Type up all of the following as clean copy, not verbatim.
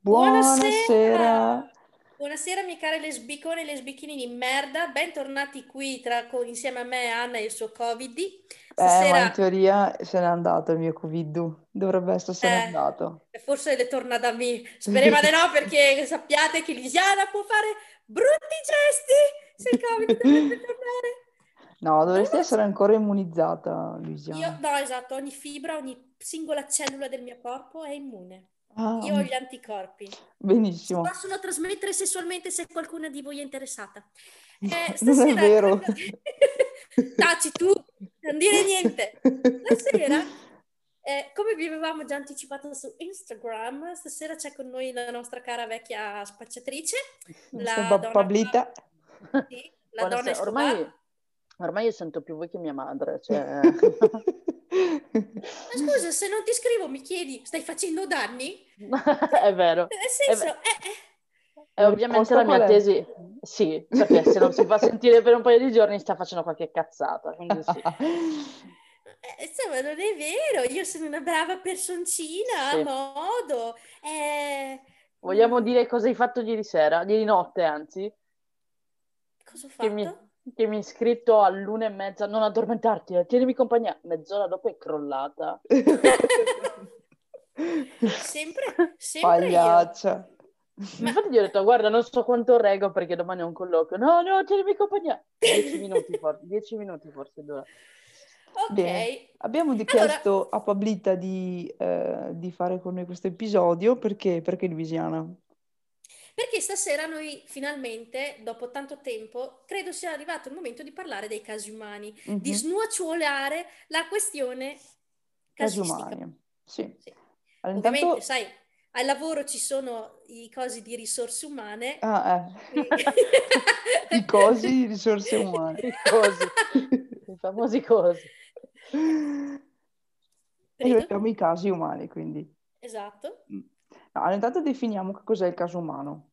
Buonasera, Buonasera, buonasera miei cari lesbicone e lesbichini di merda, bentornati qui insieme a me, Anna e il suo Covid. ma in Stasera, teoria se n'è andato il mio Covid, dovrebbe essersene andato. forse le torna da me, speriamo di no perché sappiate che Lisiana può fare brutti gesti se il Covid dovrebbe tornare. No, Non dovresti lo so. essere ancora immunizzata, Io, Luisiana. no, esatto, ogni fibra, ogni singola cellula del mio corpo è immune. Ah, Io ho gli anticorpi. Si benissimo. possono trasmettere sessualmente se qualcuna di voi è interessata. Non è Stasera, vero. taci tu, non dire niente. Stasera, come vi avevamo già anticipato su Instagram, stasera c'è con noi la nostra cara vecchia spacciatrice, Sta la donna, Pablita. sì, la donna Buonasera, Escobar. ormai io sento più voi che mia madre, cioè... Ma scusa, se non ti scrivo mi chiedi, stai facendo danni? Cioè, È vero. nel E senso, è La ovviamente risposta la qual mia è? tesi, sì, perché se non si fa sentire per un paio di giorni sta facendo qualche cazzata, quindi sì. insomma, non è vero, io sono una brava personcina, a Sì. modo. Vogliamo Mm, dire cosa hai fatto ieri sera, ieri notte anzi, cosa ho che mi, fatto? che mi hai scritto all'1:30, non addormentarti, tienimi compagnia, mezz'ora dopo è crollata. Sempre io. Pagliaccia. Ma Infatti gli ho detto, guarda, non so quanto reggo perché domani ho un colloquio. No, no, tienimi compagnia. 10 minuti forse dura. ok, Bene, abbiamo allora, chiesto a Pablita di fare con noi questo episodio perché Luisiana? perché stasera noi finalmente, dopo tanto tempo, credo sia arrivato il momento di parlare dei casi umani, di Mhm. snuocciolare la questione Casi casistica. umani, sì. Sì. Allora, Ovviamente, intanto, sai, al lavoro ci sono i cosi di risorse umane. qui- i cosi, risorse umane. I cosi, i famosi cosi. E noi Prego, abbiamo i casi umani, quindi. esatto. Mm. No, allora, intanto definiamo che cos'è il caso umano.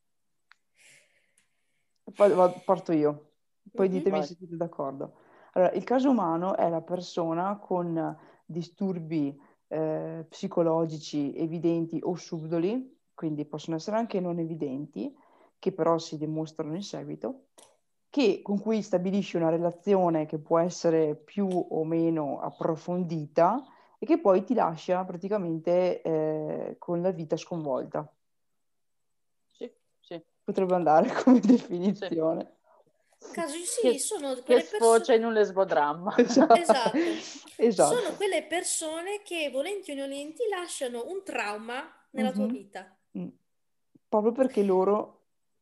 E poi parto io, poi Mhm. ditemi Vai. se siete d'accordo. Allora, il caso umano è la persona con disturbi psicologici evidenti o subdoli, quindi possono essere anche non evidenti, che però si dimostrano in seguito, con cui stabilisci una relazione che può essere più o meno approfondita e che poi ti lascia praticamente con la vita sconvolta. Sì, sì, Potrebbe andare come sì. definizione. Casi sì, Che, sono che quelle persone. sfocia in un lesbodramma. Esatto. Esatto. Sono Esatto. quelle persone che, volenti o nolenti, lasciano un trauma nella tua Mhm. vita. Mm. Proprio perché loro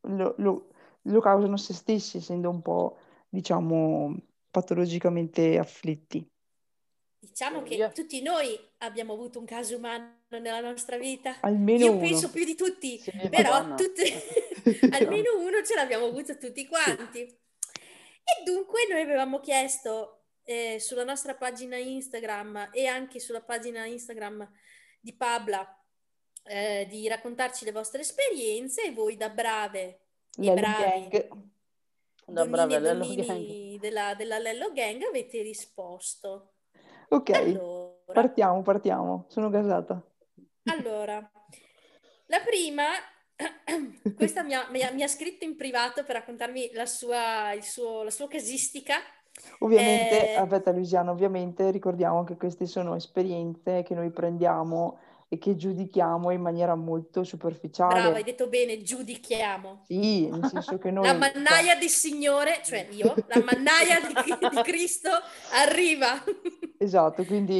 lo causano se stessi, essendo un po', diciamo, patologicamente afflitti. Diciamo che Io, tutti noi abbiamo avuto un caso umano nella nostra vita. Almeno Io penso uno. più di tutti, sì, però Madonna. tutti, almeno uno ce l'abbiamo avuto tutti Sì. quanti. E dunque noi avevamo chiesto sulla nostra pagina Instagram e anche sulla pagina Instagram di Pabla di raccontarci le vostre esperienze e voi da brave e Lello bravi Gang. Da donnine e Bravelello Gang. donnini della Lello Gang avete risposto. Ok, Allora, partiamo. Sono gasata. allora, la prima, questa mi ha scritto in privato per raccontarmi la sua casistica. Ovviamente, Eh, aspetta Luciano, ovviamente ricordiamo che queste sono esperienze che noi prendiamo e che giudichiamo in maniera molto brava, hai superficiale. detto bene, giudichiamo. Sì, nel senso che La noi, cioè, mannaia del Signore, cioè io, la mannaia di Cristo arriva. esatto, quindi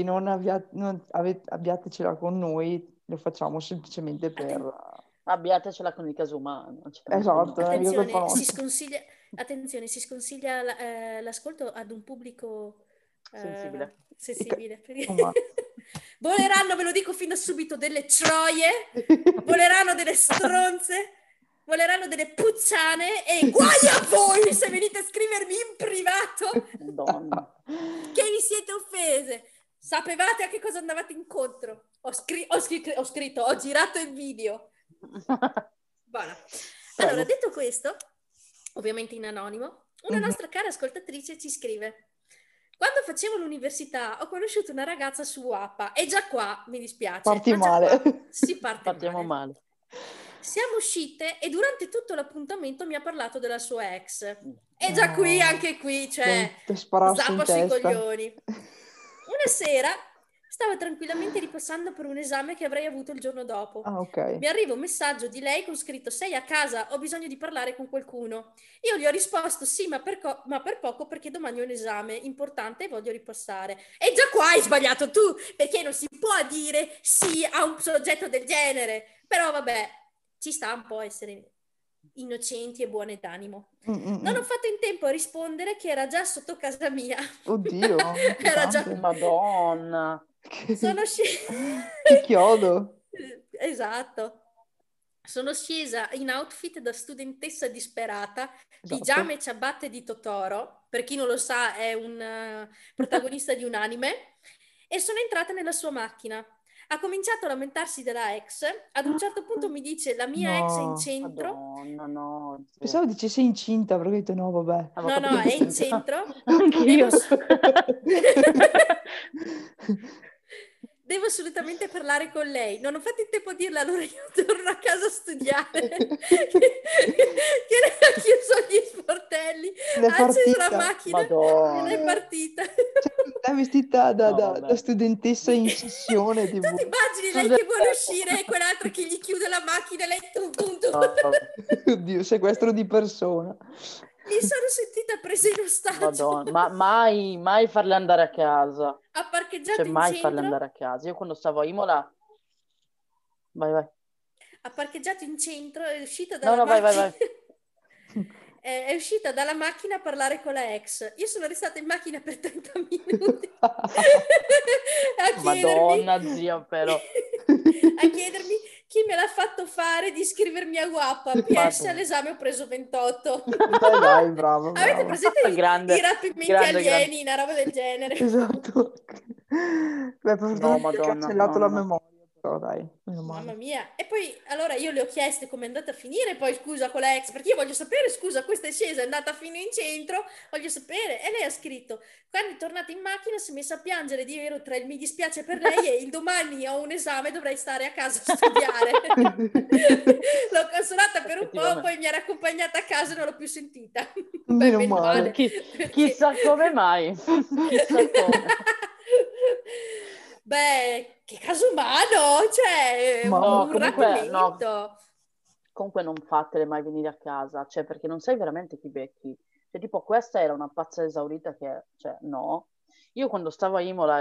abbiatecela con noi, lo facciamo semplicemente per... Atten- Abbiatecela con il caso umano, ci Esatto, mancherebbe. non è mica colpa Attenzione, nostra. attenzione, si sconsiglia l'ascolto ad un pubblico Sensibile. sensibile. Insomma. Voleranno, ve lo dico fin da subito, delle troie, voleranno delle stronze, voleranno delle puttane e guai a voi se venite a scrivermi in privato Madonna. che vi siete offese. Sapevate a che cosa andavate incontro. Ho scritto, ho girato il video. Buona. Allora, Prego. detto questo, ovviamente in anonimo, una Mhm. nostra cara ascoltatrice ci scrive: Quando facevo l'università ho conosciuto una ragazza su Wappa e già qua, mi dispiace, Parti ma già male. qua si parte Partiamo male. male. Siamo uscite e durante tutto l'appuntamento mi ha parlato della sua ex. E già qui, anche qui, cioè, Ti sparassi in zappa sui testa. coglioni. Una sera stavo tranquillamente ripassando per un esame che avrei avuto il giorno dopo. Ah, ok. Mi arriva un messaggio di lei con scritto: sei a casa, ho bisogno di parlare con qualcuno. Io gli ho risposto: sì, ma per poco, perché domani ho un esame importante e voglio ripassare. E già qua hai sbagliato tu, perché non si può dire sì a un soggetto del genere. Però vabbè, ci sta un po' essere innocenti e buone d'animo. Non ho fatto in tempo a rispondere che era già sotto casa mia. Oddio, Era già... pesante. Madonna. Sono Che chiodo. Esatto. Sono scesa in outfit da studentessa disperata, Esatto. pigiama e ciabatte di Totoro, per chi non lo sa è un protagonista di un anime, e sono entrata nella sua macchina. Ha cominciato a lamentarsi della ex, ad un certo punto mi dice: la mia ex è in No. centro. Madonna, no. Pensavo dicesse incinta, perché ho detto no, vabbè. Avevo No, capito no, che è in c'entra. centro. Anch'io. Devo assolutamente parlare con lei. Non ho fatto in tempo a dirle, allora io torno a casa a studiare. Che lei ha chiuso gli sportelli, L'è ha acceso la partita. macchina e lei è Madonna. partita. Cioè, l'hai vestita da, No, da vabbè. studentessa in sessione, Tu ti tipo. immagini lei che vuole uscire e quell'altro che gli chiude la macchina e lei tum tum tum. Oddio, sequestro di persona. Mi sono sentita presa in ostaggio. Madonna. Ma mai, mai farle andare a casa. Ha Cioè, parcheggiato in mai farle centro. andare a casa. Io quando stavo a Imola... Vai, vai. Ha parcheggiato in centro, è uscita No, dalla no, vai, vai, macchina. vai. È uscita dalla macchina a parlare con la ex. Io sono restata in macchina per 30 minuti a chiedermi Madonna, zia, però. a chiedermi chi me l'ha fatto fare di iscrivermi a Guappa. PS Madonna. all'esame ho preso 28. Beh, dai, bravo, Avete bravo. presente i Grande, rapimenti grande, grande. alieni, una roba del genere? Esatto. Beh, per fortuna No, mi hai Madonna, cancellato no, la no, no. memoria, però dai, meno Mamma male. mia. E poi, allora io le ho chieste come è andata a finire, poi scusa con la ex, perché io voglio sapere, scusa, questa è scesa, è andata fino in centro, voglio sapere. E lei ha scritto: quando è tornata in macchina si è messa a piangere di vero tra il mi dispiace per lei e il domani ho un esame, dovrei stare a casa a studiare. L'ho consolata per un po', Effettivamente. poi mi era accompagnata a casa e non l'ho più sentita. Beh, Meno meno male. male, perché... Chissà come mai. Chissà come. Beh, che caso umano, cioè, Mamma No, un comunque, no. rapimento. Comunque non fatele mai venire a casa, cioè perché non sai veramente chi becchi. Cioè tipo questa era una pazza esaurita che, cioè no. Io quando stavo a Imola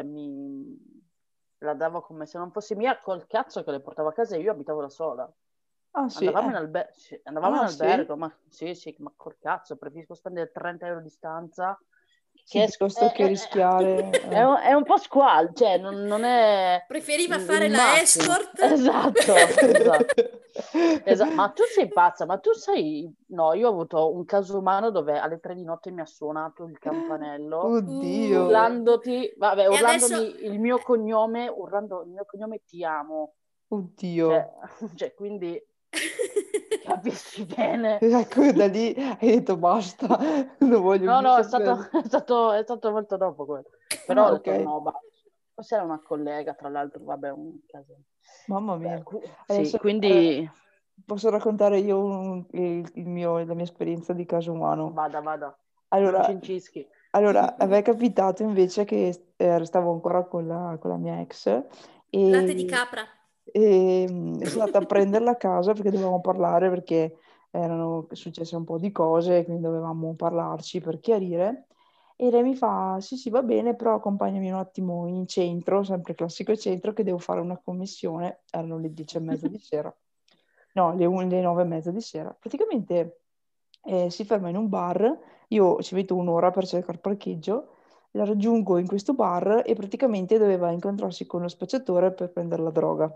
la davo come se non fosse mia col cazzo che le portavo a casa e io abitavo da sola. Ah sì, Andavamo in Ah sì? albergo, ma sì, sì, ma col cazzo, preferisco spendere 30 euro di stanza Sì, che piuttosto che rischiare... è un po' squal, cioè non è Preferiva il fare la massimo. escort? Esatto, esatto. Ma tu sei pazza, ma tu sai... No, io ho avuto un caso umano dove alle 3 di notte mi ha suonato il campanello Oddio, Uh. urlandoti, vabbè, E adesso... urlando il mio cognome ti amo. oddio. Cioè, cioè quindi capisci bene. Ecco, da lì hai detto basta, non voglio No, più no, sapere. è stato molto dopo quello. Però Ah, ho ok. detto no, basta. Forse era una collega, tra l'altro, vabbè, un caso. Mamma Beh, mia. sì, Adesso quindi posso raccontare io la mia esperienza di caso umano. vada, vada, non Allora, cincischi. a me è capitato invece che stavo ancora con la mia ex Latte di e, capra. sono andata a prenderla a casa perché dovevamo parlare perché erano successe un po' di cose, quindi dovevamo parlarci per chiarire. E lei mi fa, sì, sì, va bene, però accompagnami un attimo in centro, sempre classico centro, che devo fare una commissione. Erano le 10:30 di sera. No, le 9:30 di sera. Praticamente si ferma in un bar, io ci metto un'ora per cercare parcheggio, la raggiungo in questo bar e praticamente doveva incontrarsi con lo spacciatore per prendere la droga.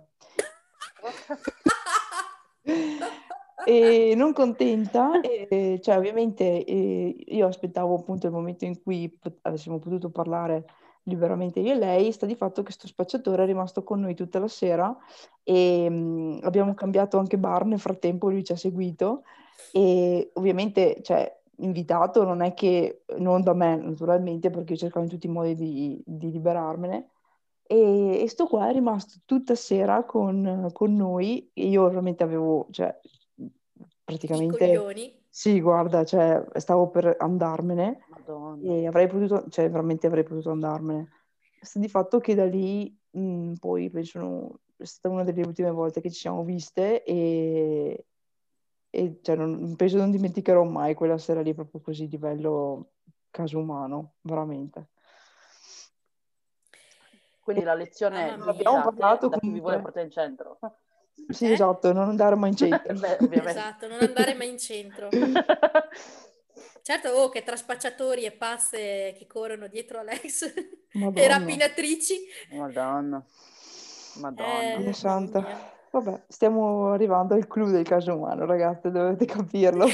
E non contenta, cioè ovviamente io aspettavo appunto il momento in cui avessimo potuto parlare liberamente io e lei, sta di fatto che sto spacciatore è rimasto con noi tutta la sera e abbiamo cambiato anche bar nel frattempo, lui ci ha seguito e ovviamente, cioè, invitato non è che, non da me naturalmente, perché io cercavo in tutti i modi di liberarmene, E sto qua è rimasto tutta sera con noi. E io veramente avevo, cioè, I praticamente, coglioni. sì, guarda, cioè, stavo per andarmene Madonna. e avrei potuto, cioè, veramente avrei potuto andarmene. Sta di fatto che da lì, poi penso, è stata una delle ultime volte che ci siamo viste e cioè, penso non dimenticherò mai quella sera lì proprio così, a livello caso umano, veramente. Quindi la lezione Mamma Non di abbiamo vita a te, parlato da chi vi vuole comunque. portare in centro. Sì, esatto, non andare mai in centro. Beh, ovviamente. Esatto, non andare mai in centro. Certo, che tra spacciatori e pazze che corrono dietro Alex e Madonna, rapinatrici. Madonna. Madonna. Dio Mamma santa. mia. Vabbè, stiamo arrivando al clou del caso umano, ragazze, dovete capirlo.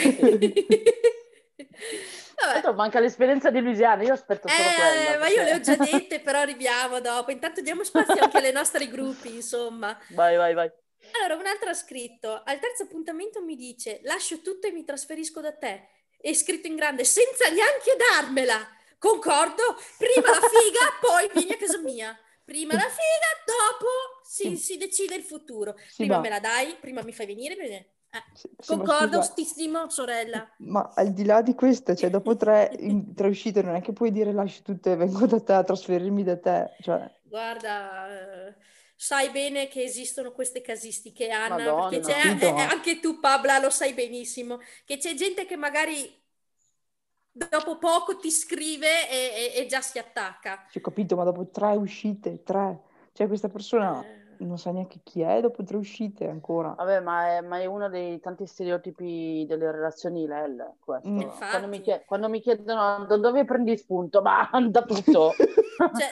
Vabbè, Tanto manca l'esperienza di Louisiana, io aspetto solo quella, ma io le ho già perché... dette, però arriviamo dopo. Intanto diamo spazio anche alle nostre gruppi, insomma. Vai, vai, vai. Allora, un altro ha scritto, al terzo appuntamento mi dice, lascio tutto e mi trasferisco da te. E scritto in grande, senza neanche darmela. Concordo, prima la figa, poi vieni a casa mia. Prima la figa, dopo Sì, si decide il futuro. sì, Prima me la dai, prima mi fai venire. sì, ma Concordo, scusa, stissimo, sorella. ma al di là di questo, cioè dopo tre uscite non è che puoi dire lascio tutto e vengo da te a trasferirmi da te, cioè, Guarda, sai bene che esistono queste casistiche, Anna, perché sì, ho c'è, Madonna. capito, ma... anche tu, Pabla, lo sai benissimo, che c'è gente che magari dopo poco ti scrive e già si attacca. Sì, ho capito, ma dopo tre uscite, cioè questa persona Eh, non sa neanche chi è dopo tre uscite ancora. Vabbè, ma è uno dei tanti stereotipi delle relazioni LEL, questo. infatti, Quando mi chiedono da dove prendi spunto, ma da tutto. cioè,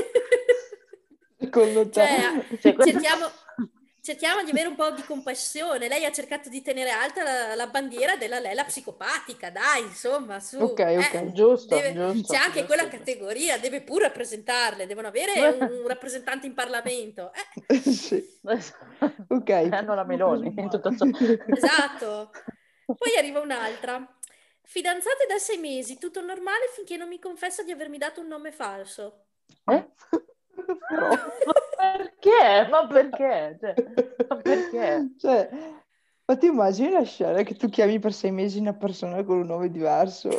Secondo te? Cioè, questo... cerchiamo di avere un po' di compassione. Lei ha cercato di tenere alta la bandiera della Lela psicopatica, dai, insomma, su. Ok, ok. Giusto, C'è giusto, anche quella giusto. categoria, deve pure rappresentarle, devono avere un rappresentante in Parlamento. Sì. Ok, Hanno la prossimo caso Meloni in umano. tutto ciò. Esatto. Poi arriva un'altra. Fidanzate da 6 mesi, tutto normale finché non mi confessa di avermi dato un nome falso. Eh? Però... Ma perché? Ma perché? Ma perché? Cioè, ma ti immagini la scena che tu chiami per 6 mesi una persona con un nome diverso?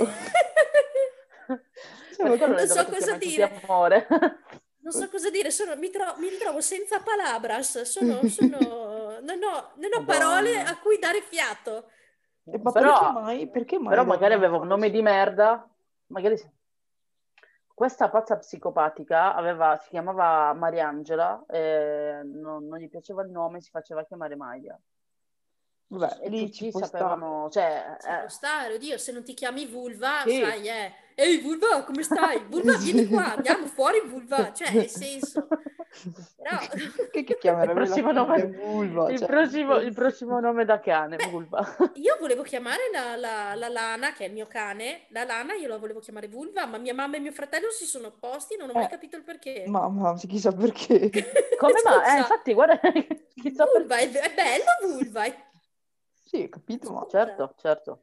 Cioè, Per ma quello Non le so dovete cosa chiamare tutti dire. amore. Non so cosa dire, mi ritrovo senza palabras, non ho parole Madonna. a cui dare fiato. ma perché Però, mai? Perché mai però dare magari un nome aveva un nome di falso? merda. Magari questa pazza psicopatica si chiamava Mariangela, e non gli piaceva il nome, si faceva chiamare Maya. Vabbè, E lì ci tutti può stare. sapevano, cioè, Ci può stare, oddio, se non ti chiami Vulva, sì. sai, Ehi, Vulva, come stai? Vulva, vieni qua, andiamo fuori, Vulva. Cioè, nel senso, però... Che Il chiamerebbe la prossimo figlia nome, vulva? il Cioè, nel prossimo, il senso... prossimo nome da cane, Beh, Vulva. io volevo chiamare la Lana, che è il mio cane, la Lana, io la volevo chiamare Vulva, ma mia mamma e mio fratello si sono opposti, non ho mai Eh, capito il perché. ma chissà perché. Come mai? Scusa, Infatti, guarda, chissà Vulva, perché. è bello Vulva. Sì, ho capito, ma... Scusa. Certo, certo.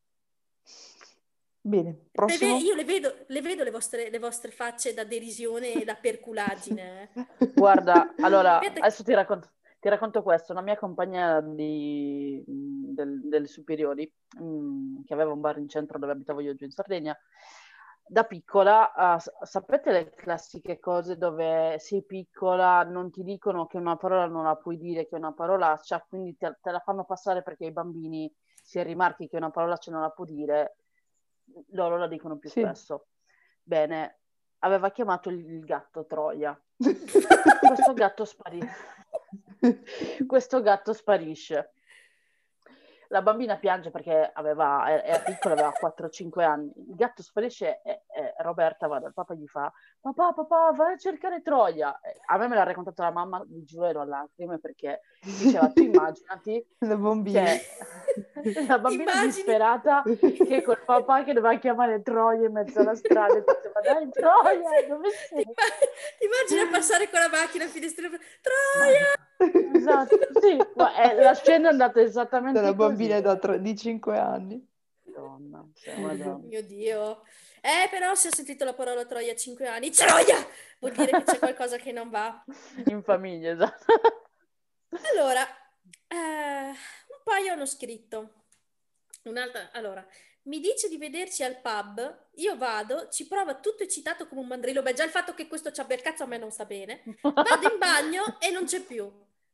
Bene, prossimo. Io le vedo le vostre facce da derisione e da perculaggine. Guarda, allora, Aspetta, adesso ti racconto questo. Una mia compagna delle superiori, che aveva un bar in centro dove abitavo io giù in Sardegna, da piccola, sapete le classiche cose dove sei piccola, non ti dicono che una parola non la puoi dire, che è una parolaccia, quindi te la fanno passare perché i bambini, se rimarchi che una parolaccia non la può dire, loro la dicono più Sì. spesso. Bene, aveva chiamato il gatto Troia. Questo gatto Questo gatto sparisce. La bambina piange perché era piccola, aveva 4-5 anni. Il gatto sparisce e Roberta va dal papà e gli fa: papà, vai a cercare Troia. A me l'ha raccontato la mamma, vi giuro, ero a lacrime perché diceva: tu immaginati, La bambina. cioè, la ti bambina immagini? disperata che col papà che doveva chiamare Troia in mezzo alla strada e diceva: dai, Troia, dove sei? Ti immagini passare con la macchina a finestrino? Ma- Troia! Esatto, sì, la scena è andata Della esattamente così. bambina di 5 anni. Madonna, sei una Oh donna. mio Dio. Però se ho sentito la parola troia a 5 anni, troia! Vuol dire che c'è qualcosa che non va. In famiglia, esatto. Allora, un paio hanno scritto. Allora, mi dice di vederci al pub, io vado, ci prova tutto eccitato come un mandrillo. Beh, già il fatto che questo ci abbia il cazzo a me non sta bene. Vado in bagno e non c'è più.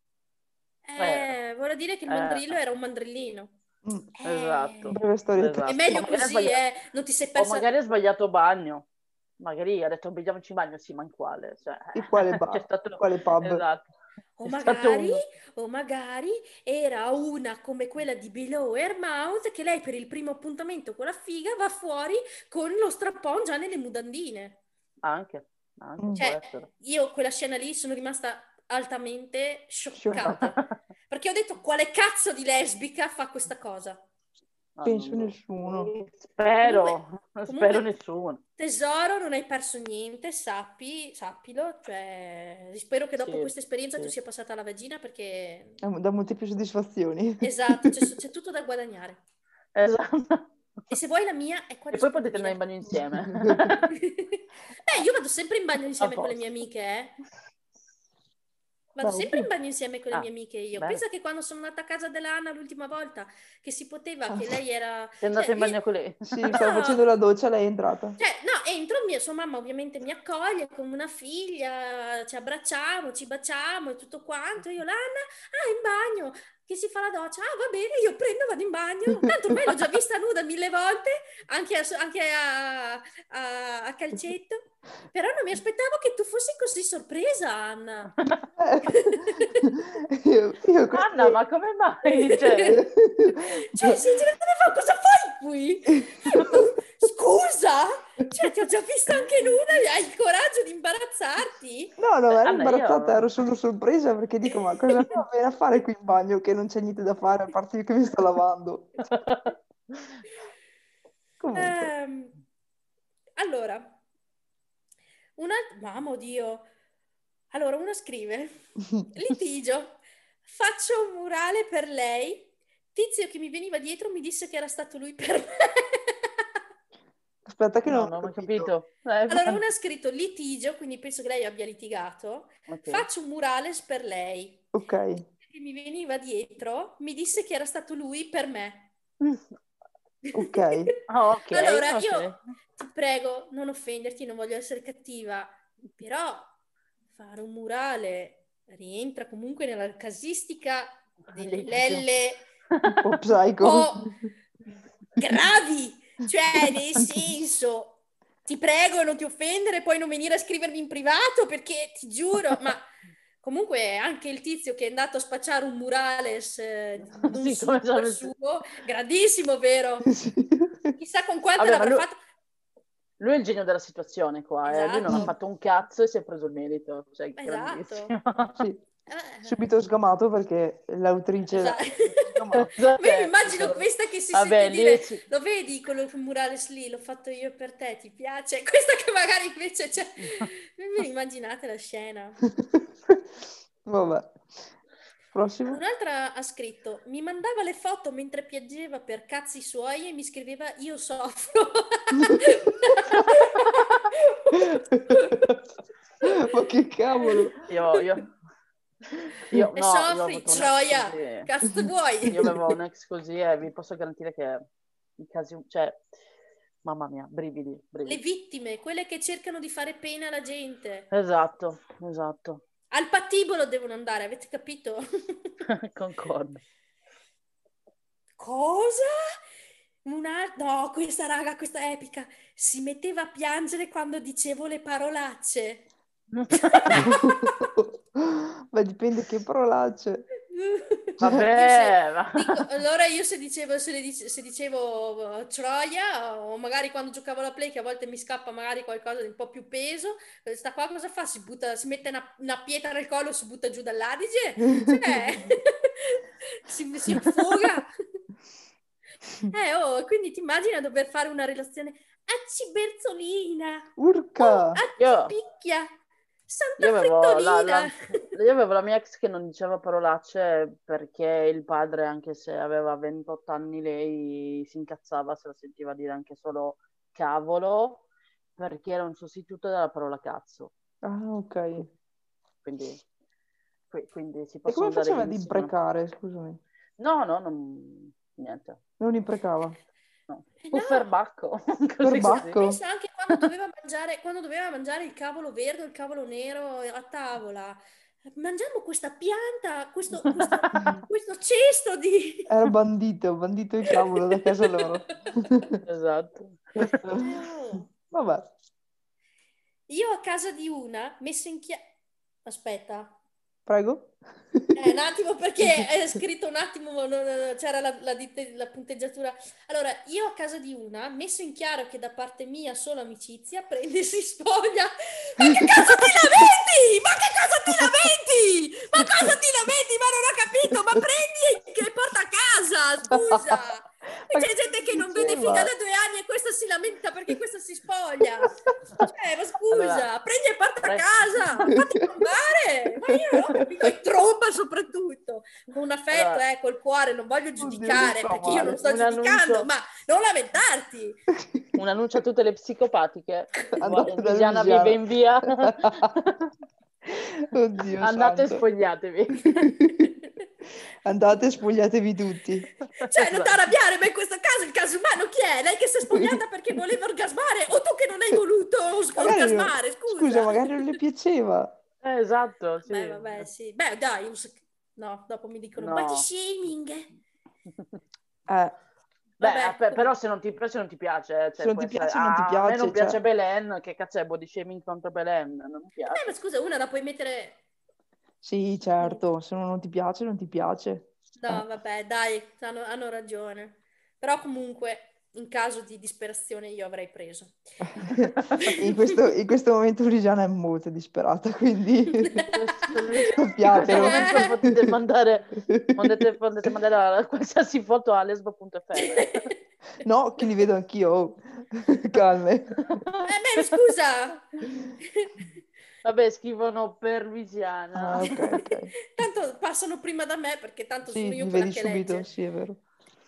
Vuol dire che il mandrillo era un mandrillino. Esatto. Breve storietta. Esatto. È meglio Ma magari ha così, sbagliato- non ti sei O persa. magari ha sbagliato bagno. Magari ha detto vediamoci in bagno, sì, ma in quale? Cioè, In quale c'è bar? stato... In quale pub? Esatto. O C'è stato magari, uno. o magari era una come quella di Below Mouth che lei per il primo appuntamento con la figa va fuori con lo strappon già nelle mudandine. Anche può Cioè, essere. io quella scena lì sono rimasta altamente scioccata. Scioccata. Perché ho detto, quale cazzo di lesbica fa questa cosa? Penso nessuno. Spero Comunque, nessuno. tesoro, non hai perso niente, sappilo. Cioè, spero che dopo Sì, questa esperienza tu sì. sia passata alla vagina perché... Da molte più soddisfazioni. Esatto, c'è tutto da guadagnare. Esatto. E se vuoi la mia è qua E poi potete andare in disponibile. bagno insieme. Io vado sempre in bagno A insieme con le mie posto. amiche, eh. Vado Beh, sempre in ottimo. bagno insieme con le mie amiche io. Bene. Pensa che quando sono andata a casa dell'Anna l'ultima volta, che si poteva, Ah, che lei era... Sei andata in bagno con lei? sì, stavo facendo la doccia, lei è entrata. Cioè, no, entro, sua mamma ovviamente mi accoglie come una figlia, ci abbracciamo, ci baciamo e tutto quanto. Io, Lana, in bagno, che si fa la doccia? Ah, va bene, io prendo, vado in bagno. Tanto ormai l'ho già vista nuda 1000 volte, anche a calcetto. Però non mi aspettavo che tu fossi così sorpresa, Anna. Io Anna, ma come mai? Cioè... Cioè, sinceramente, cosa fai qui? Scusa? Cioè, ti ho già vista anche nuda e hai il coraggio di imbarazzarti? No, no, ero Anna, imbarazzata, io... ero solo sorpresa perché dico, ma cosa viene a fare qui in bagno che non c'è niente da fare a parte io che mi sto lavando? Comunque. Ehm, allora, mamma Dio. Allora, uno scrive, litigio, faccio un murale per lei, tizio che mi veniva dietro mi disse che era stato lui per me. Aspetta che No, non non ho ho mai capito. capito. Allora, uno ha scritto litigio, quindi penso che lei abbia litigato, Ok. faccio un murales per lei. Ok. Che mi veniva dietro mi disse che era stato lui per me. Ok. Ok, Allora, ok. io ti prego, non offenderti, non voglio essere cattiva, però fare un murale rientra comunque nella casistica delle Litigio. lelle Un po' un psycho. po' gravi, cioè nel senso, ti prego, non ti offendere, poi non venire a scrivermi in privato perché ti giuro, ma comunque anche il tizio che è andato a spacciare un murales non Sì, come super sarebbe... suo, grandissimo, vero? Sì. Chissà con quante Vabbè, ma l'avrà fatto. lui è il genio della situazione qua, eh. Lui non ha Esatto, fatto un cazzo e si è preso il merito. Cioè, esatto. grandissimo. Sì. Eh, Subito sgamato perché l'autrice l'ha esatto. sgamato. Esatto, Ma io mi immagino questa che si sente vabbè, lì... dire, lo vedi quello murales lì, l'ho fatto io per te, ti piace? Questa che magari invece c'è... Vi immaginate la scena? Vabbè. Prossimo. Un'altra ha scritto, mi mandava le foto mentre piangeva per cazzi suoi e mi scriveva io soffro. Ma che cavolo. E No, io ho soffri, avuto un ex troia, così. cazzo vuoi? Io avevo un ex così e vi posso garantire che i casi, cioè, mamma mia, brividi, Le brividi. vittime, quelle che cercano di fare pena alla gente. Esatto, esatto, Al patibolo devono andare, avete capito? concordo. Cosa? No, questa raga, questa è epica. Si metteva a piangere quando dicevo le parolacce. Ma dipende che parolacce. Vabbè, ma... Allora io se dicevo Troia o magari quando giocavo alla Play che a volte mi scappa magari qualcosa di un po' più peso, sta qua cosa fa? Si mette una pietra nel collo e si butta giù dall'Adige? Cioè, si infuga. Quindi ti immagini a dover fare una relazione acci berzolina, Urca! acci Io, picchia, io santa avevo frittolina. io avevo la mia ex che non diceva parolacce perché il padre, anche se aveva 28 anni, lei si incazzava se la sentiva dire anche solo cavolo perché era un sostituto della parola cazzo. Ah, ok. Quindi si E possono come usare faceva ad benissimo. imprecare, scusami? No, niente. Non imprecava. No. No, Pufferbacco. Così. Perbacco? pensa anche quando doveva mangiare il cavolo verde o il cavolo nero a tavola. Mangiamo questa pianta, questo cesto di... Era bandito il cavolo da casa loro. Esatto. Oh. Vabbè, Io a casa di una, messa in chiaro... Aspetta, prego. un attimo perché è scritto un attimo, c'era la punteggiatura. Allora, io a casa di una, messo in chiaro che da parte mia solo amicizia, prende e si spoglia. Ma che cosa ti lamenti? Ma che cosa ti lamenti? Ma cosa ti lamenti? Ma non ho capito, ma prendi e porta a casa, scusa. E Ma c'è che gente che non vede diceva? figa da 2 anni e questa si lamenta perché questa si spoglia. Ma Allora, scusa, prendi e porta a casa, ma fatti trombare. Ma io non ho capito, e tromba soprattutto, con affetto, allora, col cuore, non voglio Oddio, mi giudicare fa perché io non male. sto un giudicando, annuncio, ma non lamentarti. un annuncio a tutte le psicopatiche. Andate da Lisiana vive Luciana. in via. Oddio Andate e santo. spogliatevi. Andate e spogliatevi tutti. Cioè, non ti Esatto. arrabbiare, ma in questo caso il caso umano chi è? Lei che si è spogliata perché voleva orgasmare o tu che non hai voluto Magari orgasmare, scusa, scusa. magari non le piaceva. Esatto, Beh, sì. vabbè, sì. Beh, dai, no, dopo mi dicono body No. shaming. Eh, Vabbè, Beh, però se non ti piace, cioè, se non può ti essere, piace, non ti a me non piace, piace cioè. Belen, che cazzo è body shaming contro Belen? Non mi ma piace. scusa, una la puoi mettere... Sì, certo, se non ti piace, non ti piace. No, vabbè, dai, hanno ragione. Però comunque, in caso di disperazione, io avrei preso. In questo momento Luciana è molto disperata, quindi In questo sappiatelo. momento potete mandare qualsiasi foto a lesbo.fr. No, che li vedo anch'io. Oh. Calme. Beh, scusa! Vabbè, scrivono per Luciana. Ah, ok. Tanto passano prima da me perché tanto sono Sì, io li quella vedi che subito, legge. sì, è vero.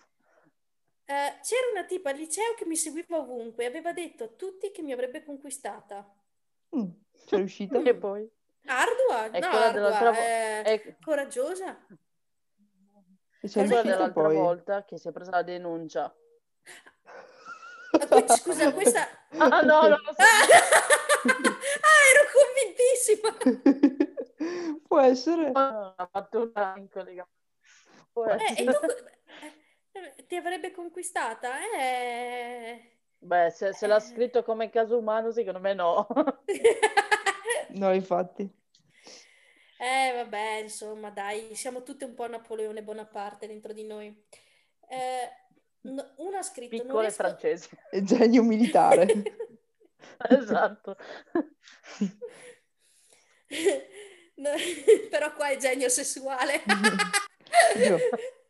C'era una tipa al liceo che mi seguiva ovunque e aveva detto a tutti che mi avrebbe conquistata. Mm, c'è riuscita? E poi? Ardua? È No, quella dell'altra ardua, volta. coraggiosa. E c'è È Cosa? quella riuscita dell'altra poi? volta che si è presa la denuncia. Scusa, questa... Ah no, non lo so. Ero convintissima. Può essere. Ha fatto una in collegamento. Può E tu... essere. ti avrebbe conquistata? Beh, se l'ha scritto come caso umano, secondo me no. No, infatti. Vabbè, insomma, dai, siamo tutte un po' Napoleone Bonaparte dentro di noi. Uno ha scritto, non Piccole riesco... francesi. È genio militare. Esatto. No, però qua è genio sessuale. Io.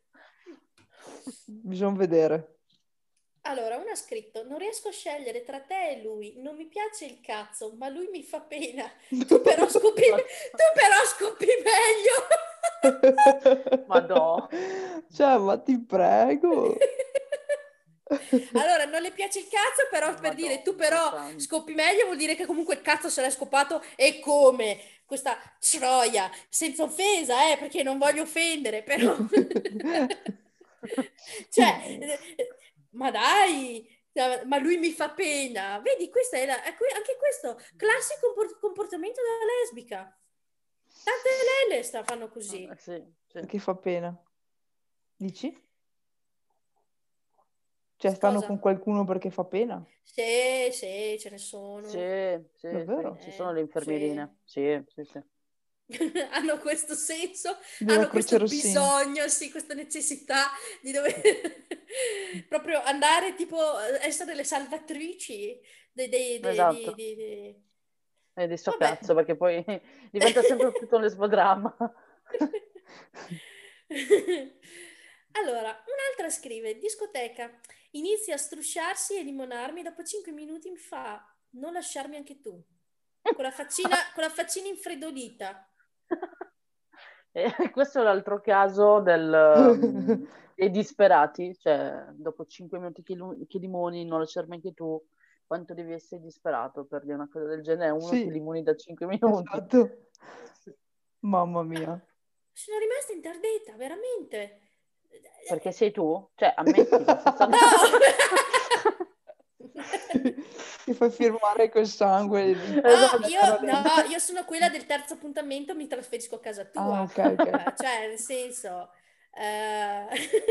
Bisogna vedere. Allora, uno ha scritto, non riesco a scegliere tra te e lui, non mi piace il cazzo, ma lui mi fa pena. Tu però scopi meglio. Madò. Cioè, ma ti prego. Allora, non le piace il cazzo, però per dire tu però Madonna scopi meglio vuol dire che comunque il cazzo se l'è scopato e come? Questa troia, senza offesa, perché non voglio offendere, però... Cioè, ma dai, ma lui mi fa pena. Vedi, questa anche questo classico comportamento della lesbica. Tante lele fanno così. Sì, sì. Che fa pena. Dici? Cioè, stanno Cosa? con qualcuno perché fa pena? Sì, sì, ce ne sono. Sì, Davvero? ci sono le Sì. infermierine. Sì. Hanno questo senso, Della hanno Croce questo Rossina. bisogno, sì, questa necessità di dover proprio andare, tipo, essere le salvatrici Esatto. Di sto Vabbè. cazzo, perché poi diventa sempre tutto un lesbodramma. Allora, un'altra scrive, discoteca, inizia a strusciarsi e limonarmi, dopo 5 minuti mi fa, non lasciarmi anche tu, con la faccina infreddolita. E questo è l'altro caso dei disperati, cioè dopo 5 minuti che limoni, non lasciarmi anche tu. quanto devi essere disperato per dire una cosa del genere, uno Sì, ti limoni da 5 minuti. esatto. Mamma mia. Sono rimasta interdetta, veramente. Perché sei tu? Cioè, ammettilo. No! Ti fai firmare col sangue. Esatto. Io sono quella del terzo appuntamento, mi trasferisco a casa tua. Ah, ok. Cioè, nel senso... eh,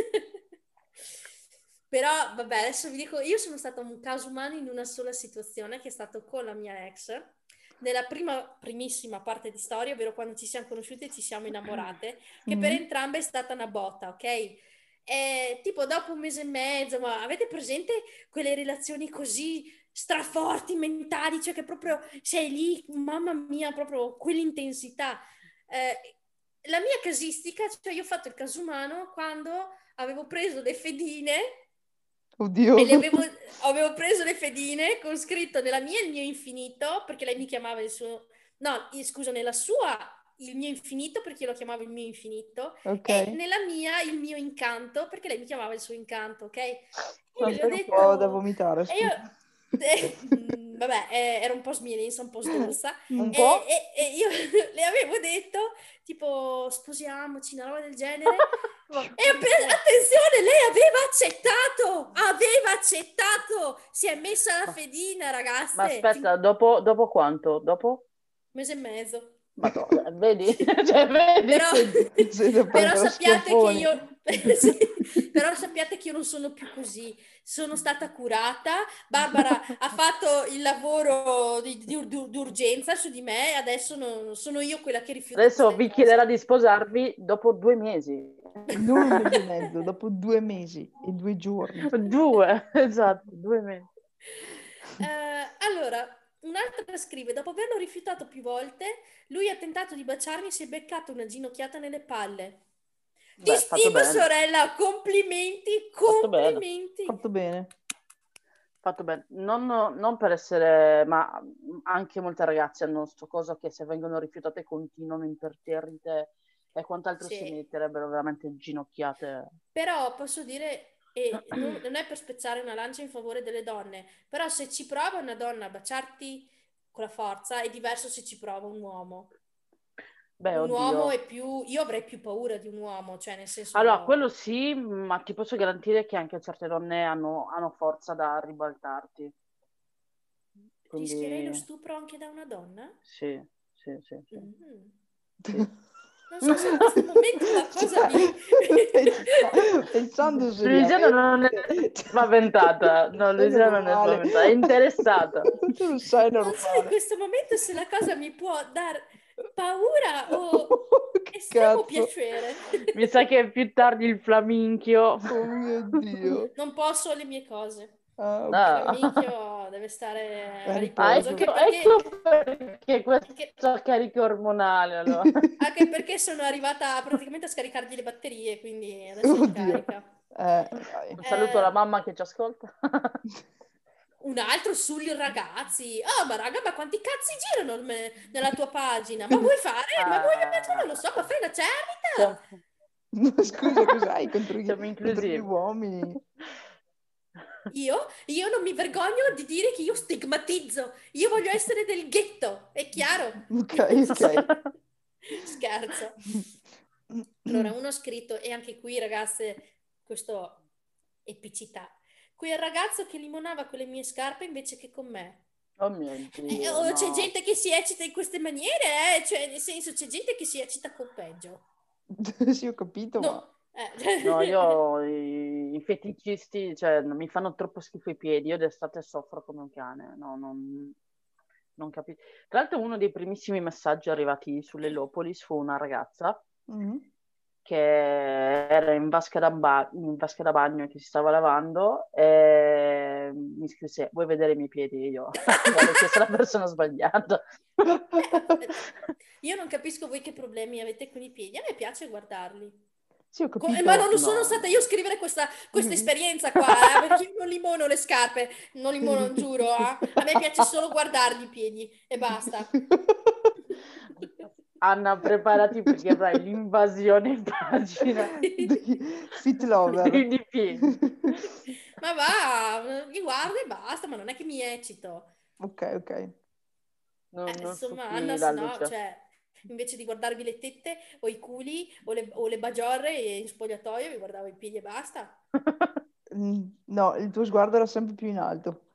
Però, vabbè, adesso vi dico, io sono stata un caso umano in una sola situazione, che è stato con la mia ex, nella primissima parte di storia, ovvero quando ci siamo conosciute e ci siamo innamorate, che per entrambe è stata una botta, ok? E, tipo dopo un mese e mezzo, ma avete presente quelle relazioni così straforti, mentali, cioè che proprio sei lì, mamma mia, proprio quell'intensità. La mia casistica, cioè io ho fatto il caso umano quando avevo preso le fedine Oddio. e avevo preso le fedine con scritto nella mia il mio infinito, perché lei mi chiamava il suo... No, scusa, nella sua il mio infinito, perché io lo chiamavo il mio infinito, Ok. e nella mia il mio incanto, perché lei mi chiamava il suo incanto, ok? E io Non le ho Un po' da detto... vomitare, E io... scusa. Vabbè, era un po' smielenza, un po' sdolza. Un E, po'? e io le avevo detto, tipo, sposiamoci, una roba del genere. E attenzione, lei aveva accettato, si è messa la fedina, Ma ragazze, aspetta, dopo quanto? Dopo? mese e mezzo. Madonna, vedi? Cioè, vedi? Però, Sei da però prendere sappiate che schiaffoni. io sì, però sappiate che io non sono più così, sono stata curata, Barbara ha fatto il lavoro d'urgenza su di me e adesso sono io quella che rifiuta Adesso queste vi cose. chiederà di sposarvi dopo 2 mesi. Non un mese e mezzo, dopo 2 mesi e 2 giorni. 2, esatto, 2 mesi. Allora, un'altra scrive, dopo averlo rifiutato più volte, lui ha tentato di baciarmi e si è beccato una ginocchiata nelle palle. Ti Beh, fatto stimo, bene. sorella, complimenti, Fatto bene. complimenti. Fatto bene. Fatto bene. Non per essere, ma anche molte ragazze hanno sto coso che se vengono rifiutate continuano imperterrite e quant'altro si Sì. meriterebbero veramente ginocchiate. Però posso dire, e non è per spezzare una lancia in favore delle donne, però se ci prova una donna a baciarti con la forza è diverso se ci prova un uomo. Beh, Un uomo oddio. è più... Io avrei più paura di un uomo, cioè nel Allora, senso... quello sì, ma ti posso garantire che anche certe donne hanno forza da ribaltarti. Rischierei lo Quindi stupro anche da una donna? sì, sì, sì, sì. Mm. Sì. Non so se in questo momento la cosa mi... Pensando Luciana non è seriamente, spaventata. No, sei Luciana non è normale. spaventata, è interessata. Tu non sei Non so in normale. questo momento se la cosa mi può dar paura o Che estremo cazzo? piacere. Mi sa che più tardi il flaminchio. Oh mio Dio. Non posso le mie cose. Ah, Il ok. Ah. flaminchio deve stare a Riposo. riposo, Ecco, ecco perché questo carico ormonale, allora. anche perché sono arrivata praticamente a scaricargli le batterie, quindi adesso Oddio. ricarica. Dai. Un saluto alla mamma che ci ascolta. Un altro sugli ragazzi. Oh, ma raga, ma quanti cazzi girano nella tua pagina? Ma vuoi fare? Ma vuoi non lo so, ma fai la Siamo, cernita? No, scusa, cos'hai contro siamo gli inclusivi. uomini? Io non mi vergogno di dire che io stigmatizzo. Io voglio essere del ghetto, è chiaro? Ok, ok. Scherzo. Allora, uno ha scritto, e anche qui, ragazze, questo epicità. Quel ragazzo che limonava con le mie scarpe invece che con me. Oh mio Dio, C'è no. gente che si eccita in queste maniere, cioè, nel senso, c'è gente che si eccita con peggio. Sì, ho capito, ma... No, No, io i feticisti, cioè, mi fanno troppo schifo i piedi. Io d'estate soffro come un cane. No, non capisco. Tra l'altro, uno dei primissimi messaggi arrivati sull'Ellopolis fu una ragazza Mhm. che era in vasca da bagno che si stava lavando e mi scrisse: vuoi vedere i miei piedi? E io avevo chiesto alla persona sbagliata. io non capisco voi che problemi avete con i piedi. A me piace guardarli. Sì, ho Ma capito. non sono stata io a scrivere questa esperienza qua, perché io non limono le scarpe, non limono, giuro, eh. A me piace solo guardarli i piedi e basta. Anna, preparati perché avrai l'invasione in pagina Di Fit Lover. di piedi. Ma va, mi guardo e basta, ma non è che mi eccito. Ok. Non Insomma, sfrutti Anna, la se no, luce. cioè, invece di guardarvi le tette o i culi o le bagiorre in spogliatoio, vi guardavo i piedi e basta. No, il tuo sguardo era sempre più in alto.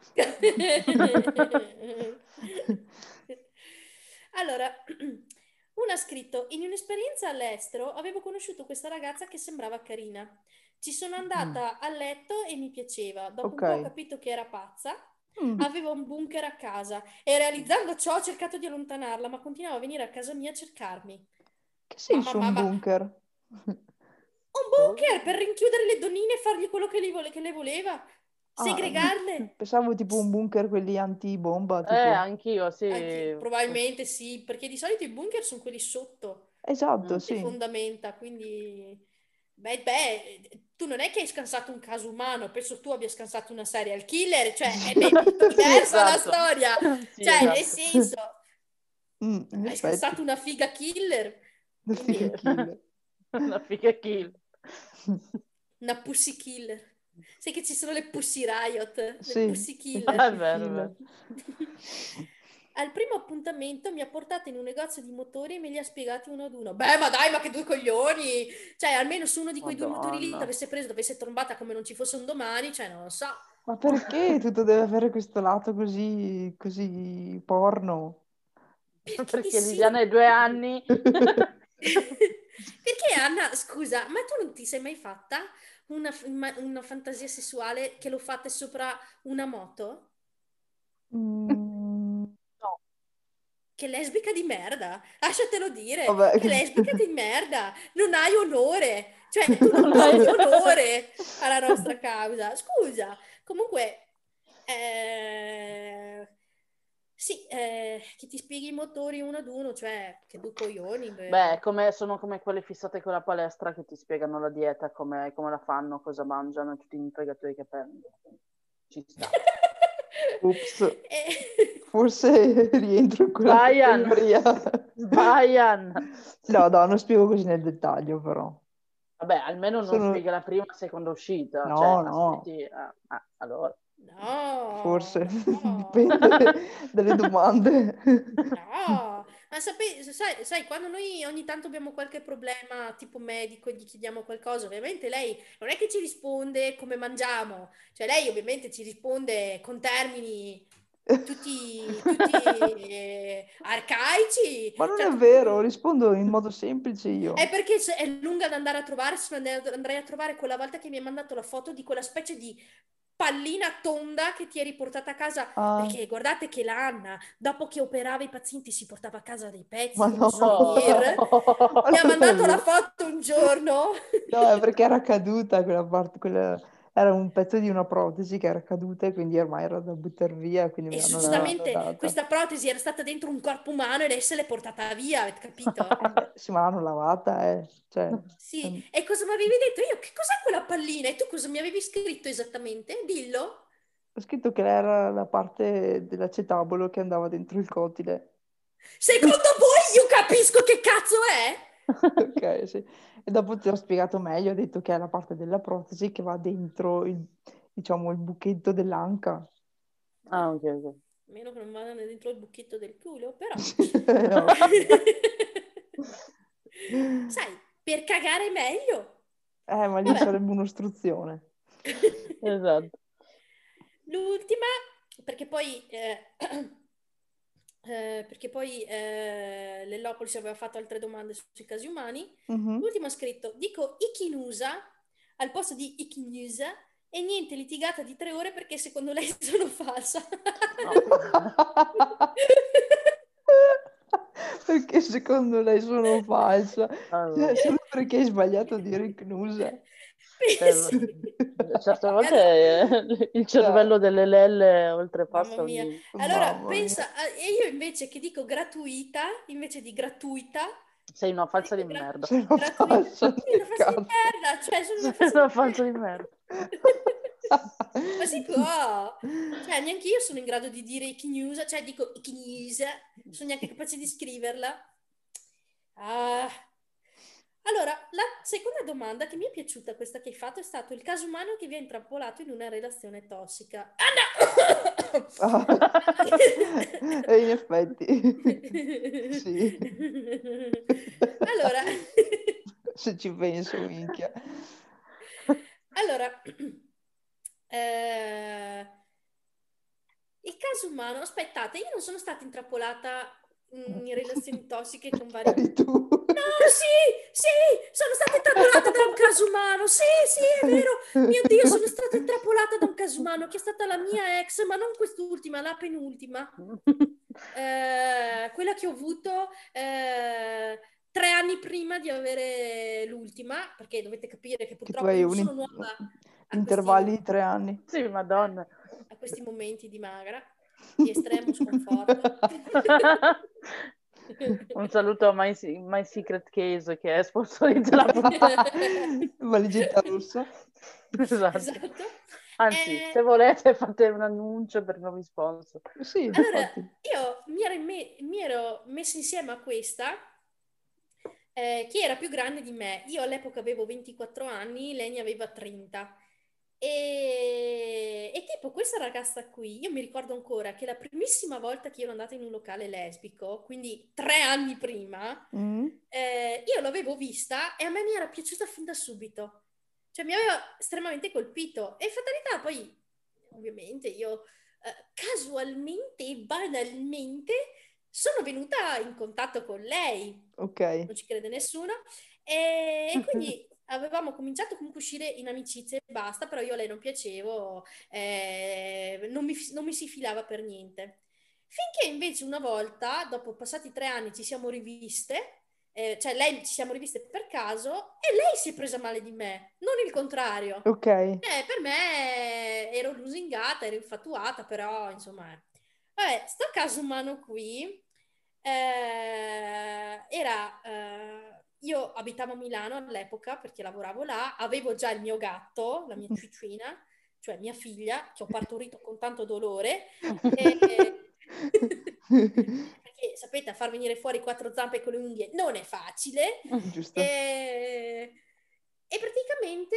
Allora, una ha scritto, in un'esperienza all'estero avevo conosciuto questa ragazza che sembrava carina. Ci sono Mm, andata a letto e mi piaceva. Dopo un ok. po' ho capito che era pazza. Mm, Aveva un bunker a casa e realizzando ciò ho cercato di allontanarla, ma continuava a venire a casa mia a cercarmi. che Mamma, senso un mamma, bunker? un Oh. bunker per rinchiudere le donnine e fargli quello che lei voleva, Ah, segregarle. pensavo tipo un bunker quelli antibomba, tipo. Anch'io, sì. Probabilmente sì, perché di solito i bunker sono quelli sotto Esatto, le sì. fondamenta, quindi beh, tu non è che hai scansato un caso umano, penso tu abbia scansato una serial killer, cioè è ben Sì, diversa la esatto. storia, Sì, cioè nel esatto. senso In hai effetti, scansato una figa killer, una Sì. figa quindi kill. Una figa kill. una pussy killer. Sai che ci sono le pussy riot, le Sì, pussy il killer. È pussy vero, è vero. kill. Al primo appuntamento mi ha portato in un negozio di motori e me li ha spiegati uno ad uno. Beh, ma dai, ma che due coglioni! Cioè, almeno su uno di quei due motori lì Madonna. t'avesse preso, t'avesse trombata come non ci fosse un domani, cioè, non lo so. Ma perché tutto deve avere questo lato così, così porno? Perché di Perché sì? Liliana hai 2 anni. Perché Anna, scusa, ma tu non ti sei mai fatta una fantasia sessuale che lo fate sopra una moto? Mm, no, Che lesbica di merda, lasciatelo dire, vabbè. che lesbica di merda, non hai onore, cioè tu non Non hai- togli onore alla nostra causa. Scusa, comunque, eh, sì, che ti spieghi i motori uno ad uno, cioè che due coglioni, Beh, beh. sono come quelle fissate con la palestra che ti spiegano la dieta, come la fanno, cosa mangiano, tutti i fregatori che prendono. Ci sta. Ups, E- forse rientro in quella Sbaglian! categoria. Sbaglian! No, non spiego così nel dettaglio, però. Vabbè, almeno non Sono... spiega la prima e seconda uscita, cioè, No, no, aspetti, allora. No, forse no. dipende dalle domande. No, ma sai, quando noi ogni tanto abbiamo qualche problema tipo medico e gli chiediamo qualcosa, ovviamente lei non è che ci risponde come mangiamo, cioè lei ovviamente ci risponde con termini tutti arcaici, Ma non cioè è tu vero, rispondo in modo semplice è io. perché è lunga da andare a trovare, se no andrei a trovare quella volta che mi hai mandato la foto di quella specie di pallina tonda che ti eri portata a casa, Ah, perché guardate che la Anna, dopo che operava i pazienti, si portava a casa dei ma pezzi come no, souvenir. ma Mi ha non è mandato la vero. foto un giorno. No, è perché era caduta quella parte, era un pezzo di una protesi che era caduta e quindi ormai era da buttare via, quindi E me l'hanno giustamente data. questa protesi era stata dentro un corpo umano e lei se l'è portata via, avete capito? Beh, sì, ma l'hanno lavata, cioè, Sì, ehm, e cosa mi avevi detto? Io, che cos'è quella pallina? E tu cosa mi avevi scritto esattamente? Dillo. ho scritto che era la parte dell'acetabolo che andava dentro il cotile. Secondo voi io capisco che cazzo è? Ok, sì. E dopo ti ho spiegato meglio, ho detto che è la parte della protesi che va dentro diciamo, il buchetto dell'anca. Ah, ok, ok. Meno che non vadano dentro il buchetto del culo, però. No. Sai, per cagare meglio. Ma lì Vabbè. sarebbe un'ostruzione. Esatto. L'ultima, perché poi, l'Ellopolis aveva fatto altre domande sui casi umani. Mhm. L'ultimo ha scritto, dico Ichinusa al posto di Ichinusa e niente, litigata di 3 ore perché secondo lei sono falsa. No. Perché secondo lei sono falsa, cioè, Allora, solo perché hai sbagliato a dire Cnusa. cioè, Sì. certe E volte allora, il Cioè, cervello delle lelle mamma oltrepassa mia. ogni... Allora, mamma mia. pensa, e io invece che dico gratuita, invece di gratuita, Sei una falsa di dico merda. Sei una gratuita. falsa Sì, una del falsa di cazzo. merda, cioè sono una Sei falsa di una falsa di merda. merda. Ma si può. Cioè, neanche io sono in grado di dire Ichnews, cioè dico Ichnews, sono neanche capace di scriverla. Ah. Allora, la seconda domanda che mi è piaciuta, questa che hai fatto, è stato il caso umano che vi ha intrappolato in una relazione tossica. Ah, no! Ah, e in effetti, sì. Allora, Se ci penso, minchia. allora, il caso umano, aspettate, io non sono stata intrappolata in relazioni tossiche con vari... Eri tu. No, sì, sono stata intrappolata da un caso umano, sì, è vero, mio Dio, sono stata intrappolata da un caso umano che è stata la mia ex, ma non quest'ultima, la penultima. Quella che ho avuto 3 anni prima di avere l'ultima, perché dovete capire che Che tu purtroppo hai non sono nuova a intervalli di 3 anni. Sì, Madonna. a questi momenti di magra, di estremo sconforto. Un saluto a My Secret Case che sponsorizza la puntata. Valigetta rossa. Esatto. Anzi, se volete fate un annuncio per nuovi sponsor. Sì, Allora, infatti. io mi ero messa insieme a questa che era più grande di me. Io all'epoca avevo 24 anni, lei ne aveva 30. E tipo questa ragazza qui, io mi ricordo ancora che la primissima volta che io ero andata in un locale lesbico, quindi 3 anni prima, Mm. io l'avevo vista e a me mi era piaciuta fin da subito. Cioè mi aveva estremamente colpito. E fatalità, poi ovviamente io casualmente e banalmente sono venuta in contatto con lei, Ok. non ci crede nessuno, e quindi avevamo cominciato comunque a uscire in amicizia e basta, però io a lei non piacevo, non mi si filava per niente. Finché invece una volta, dopo passati 3 anni, ci siamo riviste, cioè lei ci siamo riviste per caso e lei si è presa male di me, non il contrario. Ok. Per me ero lusingata, ero infatuata, però insomma... Vabbè, sto caso umano qui era... io abitavo a Milano all'epoca perché lavoravo là, avevo già il mio gatto, la mia ciucina, cioè mia figlia, che ho partorito con tanto dolore. Perché sapete, a far venire fuori 4 zampe con le unghie non è facile. Giusto. E praticamente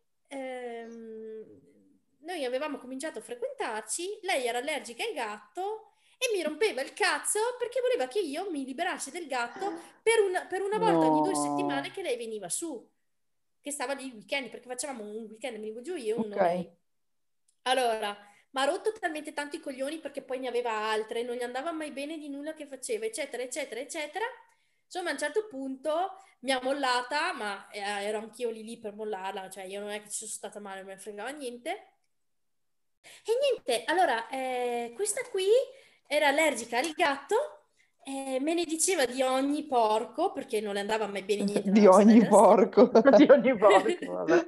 noi avevamo cominciato a frequentarci, lei era allergica al gatto e mi rompeva il cazzo perché voleva che io mi liberassi del gatto per una volta ogni 2 settimane No. che lei veniva su, che stava lì il weekend, perché facevamo un weekend, venivo giù io, Ok. uno lei. Allora, mi ha rotto talmente tanto i coglioni perché poi ne aveva altre, non gli andava mai bene di nulla che faceva, eccetera, eccetera, eccetera. Insomma, a un certo punto mi ha mollata, ma ero anch'io lì per mollarla, cioè io non è che ci sono stata male, non me ne fregava niente. E niente, allora, questa qui era allergica al gatto, me ne diceva di ogni porco, perché non le andava mai bene niente Di nella storia ogni della storia. porco. Di ogni porco, vabbè.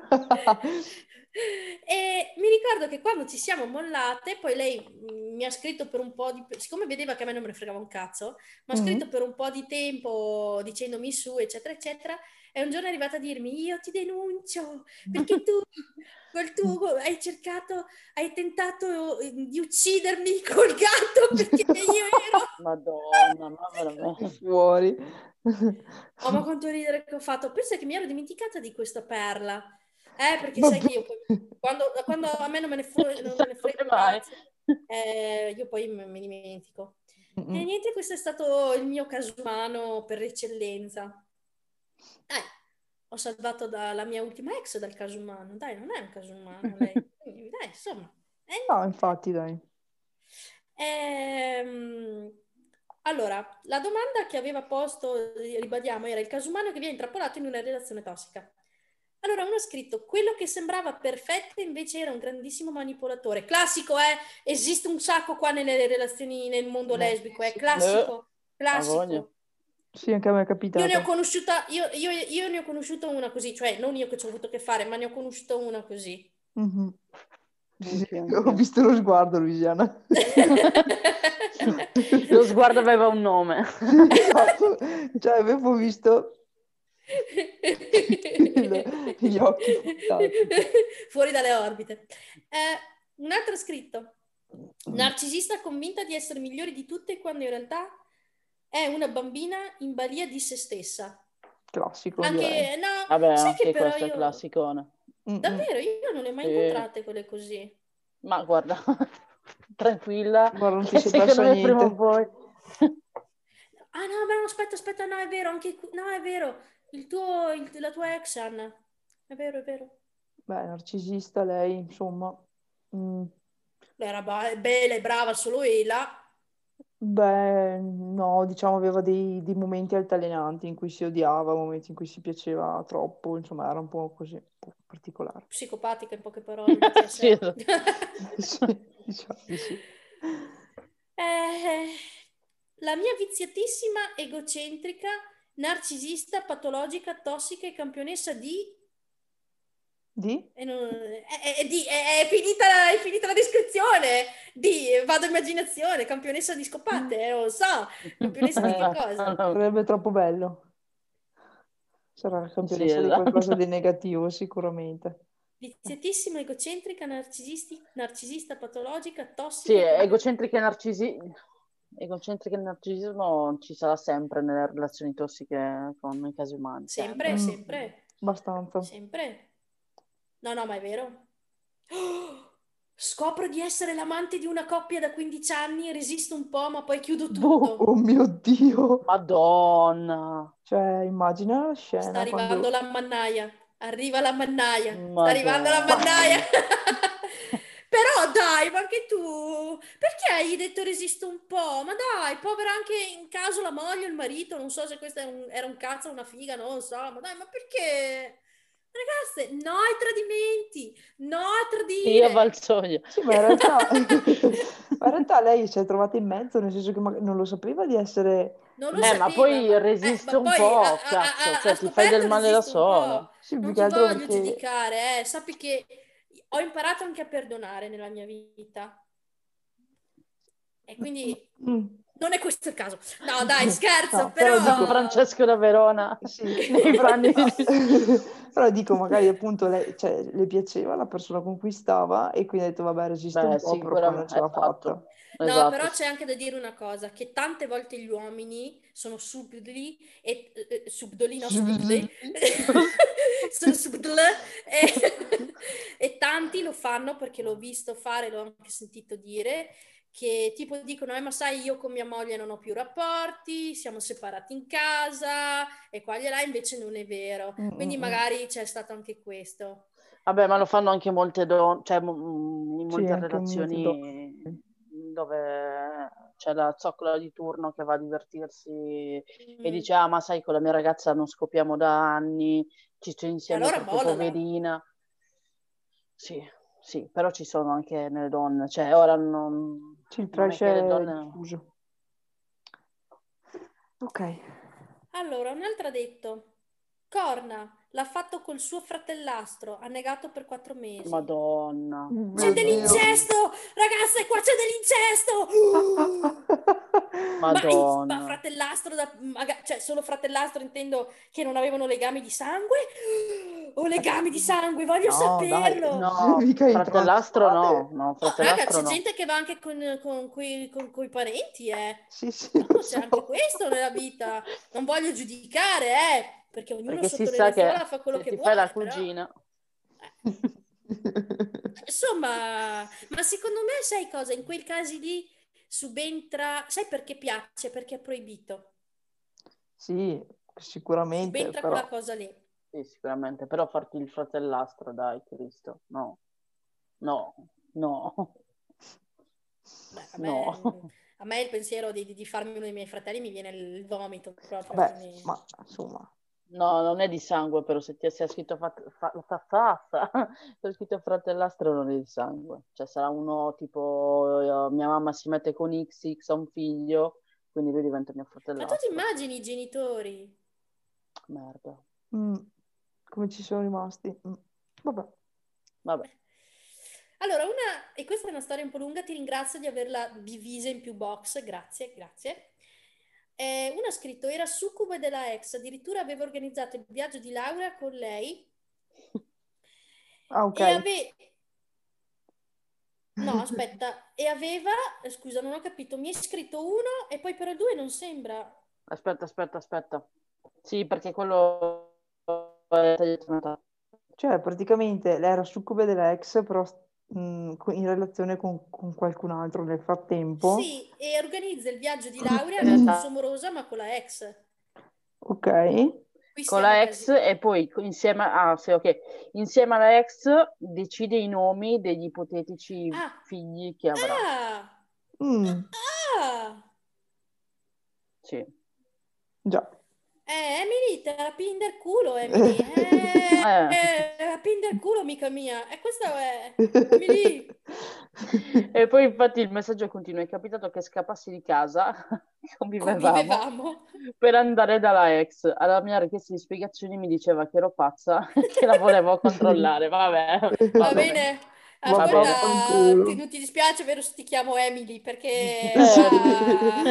E mi ricordo che quando ci siamo mollate, poi lei mi ha scritto per un po' di... siccome vedeva che a me non me ne fregava un cazzo, mi ha scritto Mm. per un po' di tempo dicendomi su, eccetera, eccetera, e un giorno è arrivata a dirmi, io ti denuncio, perché tu col tuo hai tentato di uccidermi col gatto perché io ero... Madonna, ma veramente. Fuori. Oh, ma quanto ridere che ho fatto. Pensa che mi ero dimenticata di questa perla. Perché sai Vabbè. che io poi, quando a me non me ne, non me ne frega Come un mai? cazzo, io poi mi dimentico. E Mm. niente, questo è stato il mio caso umano per eccellenza. Dai, ho salvato dalla mia ultima ex dal caso umano. Dai, non è un caso umano lei. Quindi, dai, insomma. No, infatti, dai. Ehm, allora, la domanda che aveva posto, ribadiamo, era il caso umano che viene intrappolato in una relazione tossica. Allora, uno ha scritto, quello che sembrava perfetto invece era un grandissimo manipolatore. Classico, esiste un sacco qua nelle relazioni, nel mondo lesbico, è Sì. classico, Ha voglia. classico. Sì, anche a me è Io ne ho capitato. conosciuta, io ne ho conosciuta una così, cioè non io che ci ho avuto a che fare, ma ne ho conosciuta una così. Mhm. Sì, sì, Anch'io, ho anch'io. visto lo sguardo, Luisiana. Lo sguardo aveva un nome. Sì, esatto. Cioè, avevo visto gli occhi puntati. Fuori dalle orbite. Un altro scritto. Narcisista convinta di essere migliore di tutte quando in realtà è una bambina in balia di se stessa. Classico, direi. Anche, no, Vabbè, sai che anche però questo è io, classicone. davvero, io non le ho mai Sì. incontrate quelle così. Ma guarda, tranquilla, Guarda, non ti che sei secondo perso me prima o niente. poi... Ah no, ma no, aspetta, no, è vero, no, è vero, la tua ex Anna, è vero, è vero. Beh, narcisista lei, insomma. Mm. Lei era bella e brava, solo Ela. Beh, no, diciamo aveva dei momenti altalenanti in cui si odiava, momenti in cui si piaceva troppo, insomma era un po' così, un po' particolare. Psicopatica in poche parole, metti a Sì, sé. Sì, diciamo di sì. Eh, la mia viziatissima, egocentrica, narcisista, patologica, tossica e campionessa di... Di? È finita la descrizione di, vado immaginazione, campionessa di scopate, non lo so, campionessa di che no, cosa? no. Sarebbe troppo bello. Sarà la Sì, campionessa di qualcosa esatto. di negativo, sicuramente. Viziatissima, egocentrica, narcisista, patologica, Sì, tossica e campionessa... egocentrica e narcisismo ci sarà sempre nelle relazioni tossiche con i casi umani, Sempre, sempre. Mm, sempre, abbastanza. sempre. No, no, ma è vero. Scopro di essere l'amante di una coppia da 15 anni, resisto un po', ma poi chiudo Oh tutto. mio Dio! Madonna, Cioè, immagina la Sta scena arrivando quando... la mannaia. Arriva la mannaia. Sta arrivando la mannaia. Madonna. Però dai, ma anche tu, perché hai detto resisto un po'? Ma dai, povera anche in caso la moglie o il marito, non so se questo era un cazzo o una figa, non lo so, ma dai, ma perché? Ragazze, no ai tradimenti, no a Sì, a tradire. Valsogno. Sì, ma in realtà, ma in realtà lei si è trovata in mezzo, nel senso che non lo sapeva di essere... Non lo Ma sapeva, poi resiste ma un poi po', cazzo, ha cioè ti fai del scoperto male da resiste un po'. solo. Sì, più Non che ti altro voglio perché... giudicare, sappi che ho imparato anche a perdonare nella mia vita. E quindi Mm. non è questo il caso. No, dai, scherzo, No, però San dico... però... Francesco da Verona, Sì, nei panni no. di... Però dico, magari appunto lei, cioè, le piaceva la persona con cui stava e quindi ha detto, vabbè, resiste un Beh, po', però poi non sicuramente, ce l'ha fatta. esatto, No, esatto. però c'è anche da dire una cosa, che tante volte gli uomini sono subdoli e subdoli, no, subdoli, sono subdol e tanti lo fanno perché l'ho visto fare, l'ho anche sentito dire, che tipo dicono, ma sai, io con mia moglie non ho più rapporti, siamo separati in casa e qua e là, invece non è vero. Mm, Quindi mm, mm. magari c'è stato anche questo. Vabbè, ma lo fanno anche molte donne, cioè in Sì, molte anche molte relazioni donne. dove c'è la zoccola di turno che va a divertirsi e Mm. dice, ah, ma sai, con la mia ragazza non scopiamo da anni, ci sto E insieme allora perché mollala. poverina. Sì, sì, però ci sono anche nelle donne, cioè ora Sì, il non è trash che le è donne... diffuso. Ok. Allora, un'altra ha detto, Corna l'ha fatto col suo fratellastro, ha negato per 4 mesi. Madonna, C'è Mio Dio. Madonna, dell'incesto! Ragazze, qua c'è dell'incesto! Ma Madonna. fratellastro, cioè solo fratellastro intendo che non avevano legami di sangue? O legami di sangue, voglio No, dai, saperlo! No, mica fratellastro no, intrazzate. no, Oh, raga, fratellastro c'è no. gente che va anche con quei parenti, eh. Sì, sì, lo No, c'è anche so. questo nella vita. Non voglio giudicare, perché ognuno Perché si sotto le sa lenzuola che fa quello se che ti fai la vuole, però... cugina... eh. Insomma, ma secondo me, sai cosa? In quei casi lì subentra... Sai perché piace? Perché è proibito. Sì, sicuramente, Subentra quella però... cosa lì. Sì, sicuramente, però farti il fratellastro, dai, Cristo. No, no, no, Beh, no. a me il pensiero di farmi uno dei miei fratelli mi viene il vomito proprio, Vabbè, quindi... ma insomma... No, non è di sangue, però se ti sia scritto se è scritto fratellastro non è di sangue. Cioè sarà uno tipo mia mamma si mette con XX a un figlio, quindi lui diventa mio Ma tu ti fratellastro. immagini i genitori? Merda. mm, come ci sono rimasti? Vabbè. Vabbè. Allora, e questa è una storia un po' lunga, ti ringrazio di averla divisa in più box, grazie, grazie. Una ha scritto, era succube della ex, addirittura aveva organizzato il viaggio di laurea con lei Ah, ok. e aveva... No, aspetta, e aveva... Scusa, non ho capito, mi hai scritto uno e poi però il due non sembra... Aspetta, aspetta, aspetta. Sì, perché quello è tagliato a metà. Cioè, praticamente lei era succube della ex, però in relazione con qualcun altro nel frattempo. Sì, e organizza il viaggio di laurea non con Esatto. Somorosa, ma con la ex. Ok. Qui Con siamo la ex casini. e poi sì, ok. Insieme alla ex decide i nomi degli ipotetici Ah, figli che avrà. ah, Mm, ah. Sì. già. Emily, te la pinder culo, Emily. Eh. La pinder culo, mica mia. E questo è Emily. E poi infatti il messaggio continua. È capitato che scappassi di casa, convivevamo, Convivevamo. per andare dalla ex. Alla mia richiesta di spiegazioni mi diceva che ero pazza e che la volevo controllare. Vabbè, va Va bene, bene. va bene. Ascolta, Vaffanculo. non ti dispiace, vero, se ti chiamo Emily? Perché... Sì. Ah...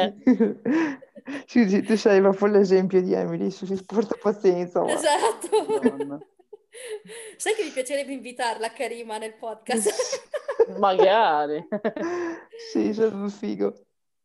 Sì, sì, tu sei proprio l'esempio di Emily, porta pazienza, ma... Esatto. Madonna. Sai che mi piacerebbe invitarla, Karima, nel podcast? Magari. Sì, sarebbe figo.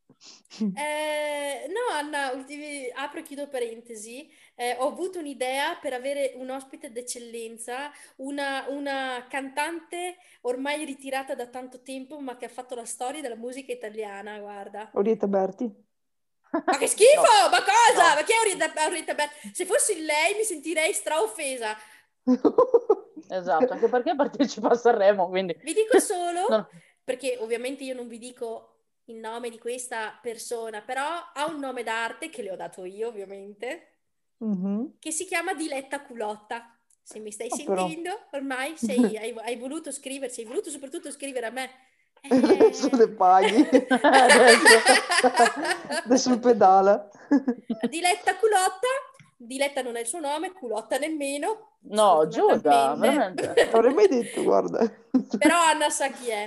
No, Anna, apro e chiudo parentesi. Ho avuto un'idea per avere un ospite d'eccellenza, una cantante ormai ritirata da tanto tempo, ma che ha fatto la storia della musica italiana, guarda. Orietta Berti. Ma che schifo! No, Ma cosa? no. Ma chi è Orietta Se fossi lei mi sentirei straoffesa. Esatto, anche perché partecipa a Sanremo, quindi... Vi dico solo, No. perché ovviamente io non vi dico il nome di questa persona, però ha un nome d'arte che le ho dato io, ovviamente, Mhm. che si chiama Diletta Culotta. Se mi stai Ah, però. sentendo, ormai hai voluto scriverci, hai voluto soprattutto scrivere a me. Adesso le paghi. Adesso. Adesso pedala. Diletta Culotta, Diletta non è il suo nome, Culotta nemmeno, No, Giuda, sfortunatamente. veramente. Non l'avrei mai detto, guarda. Però Anna sa chi è.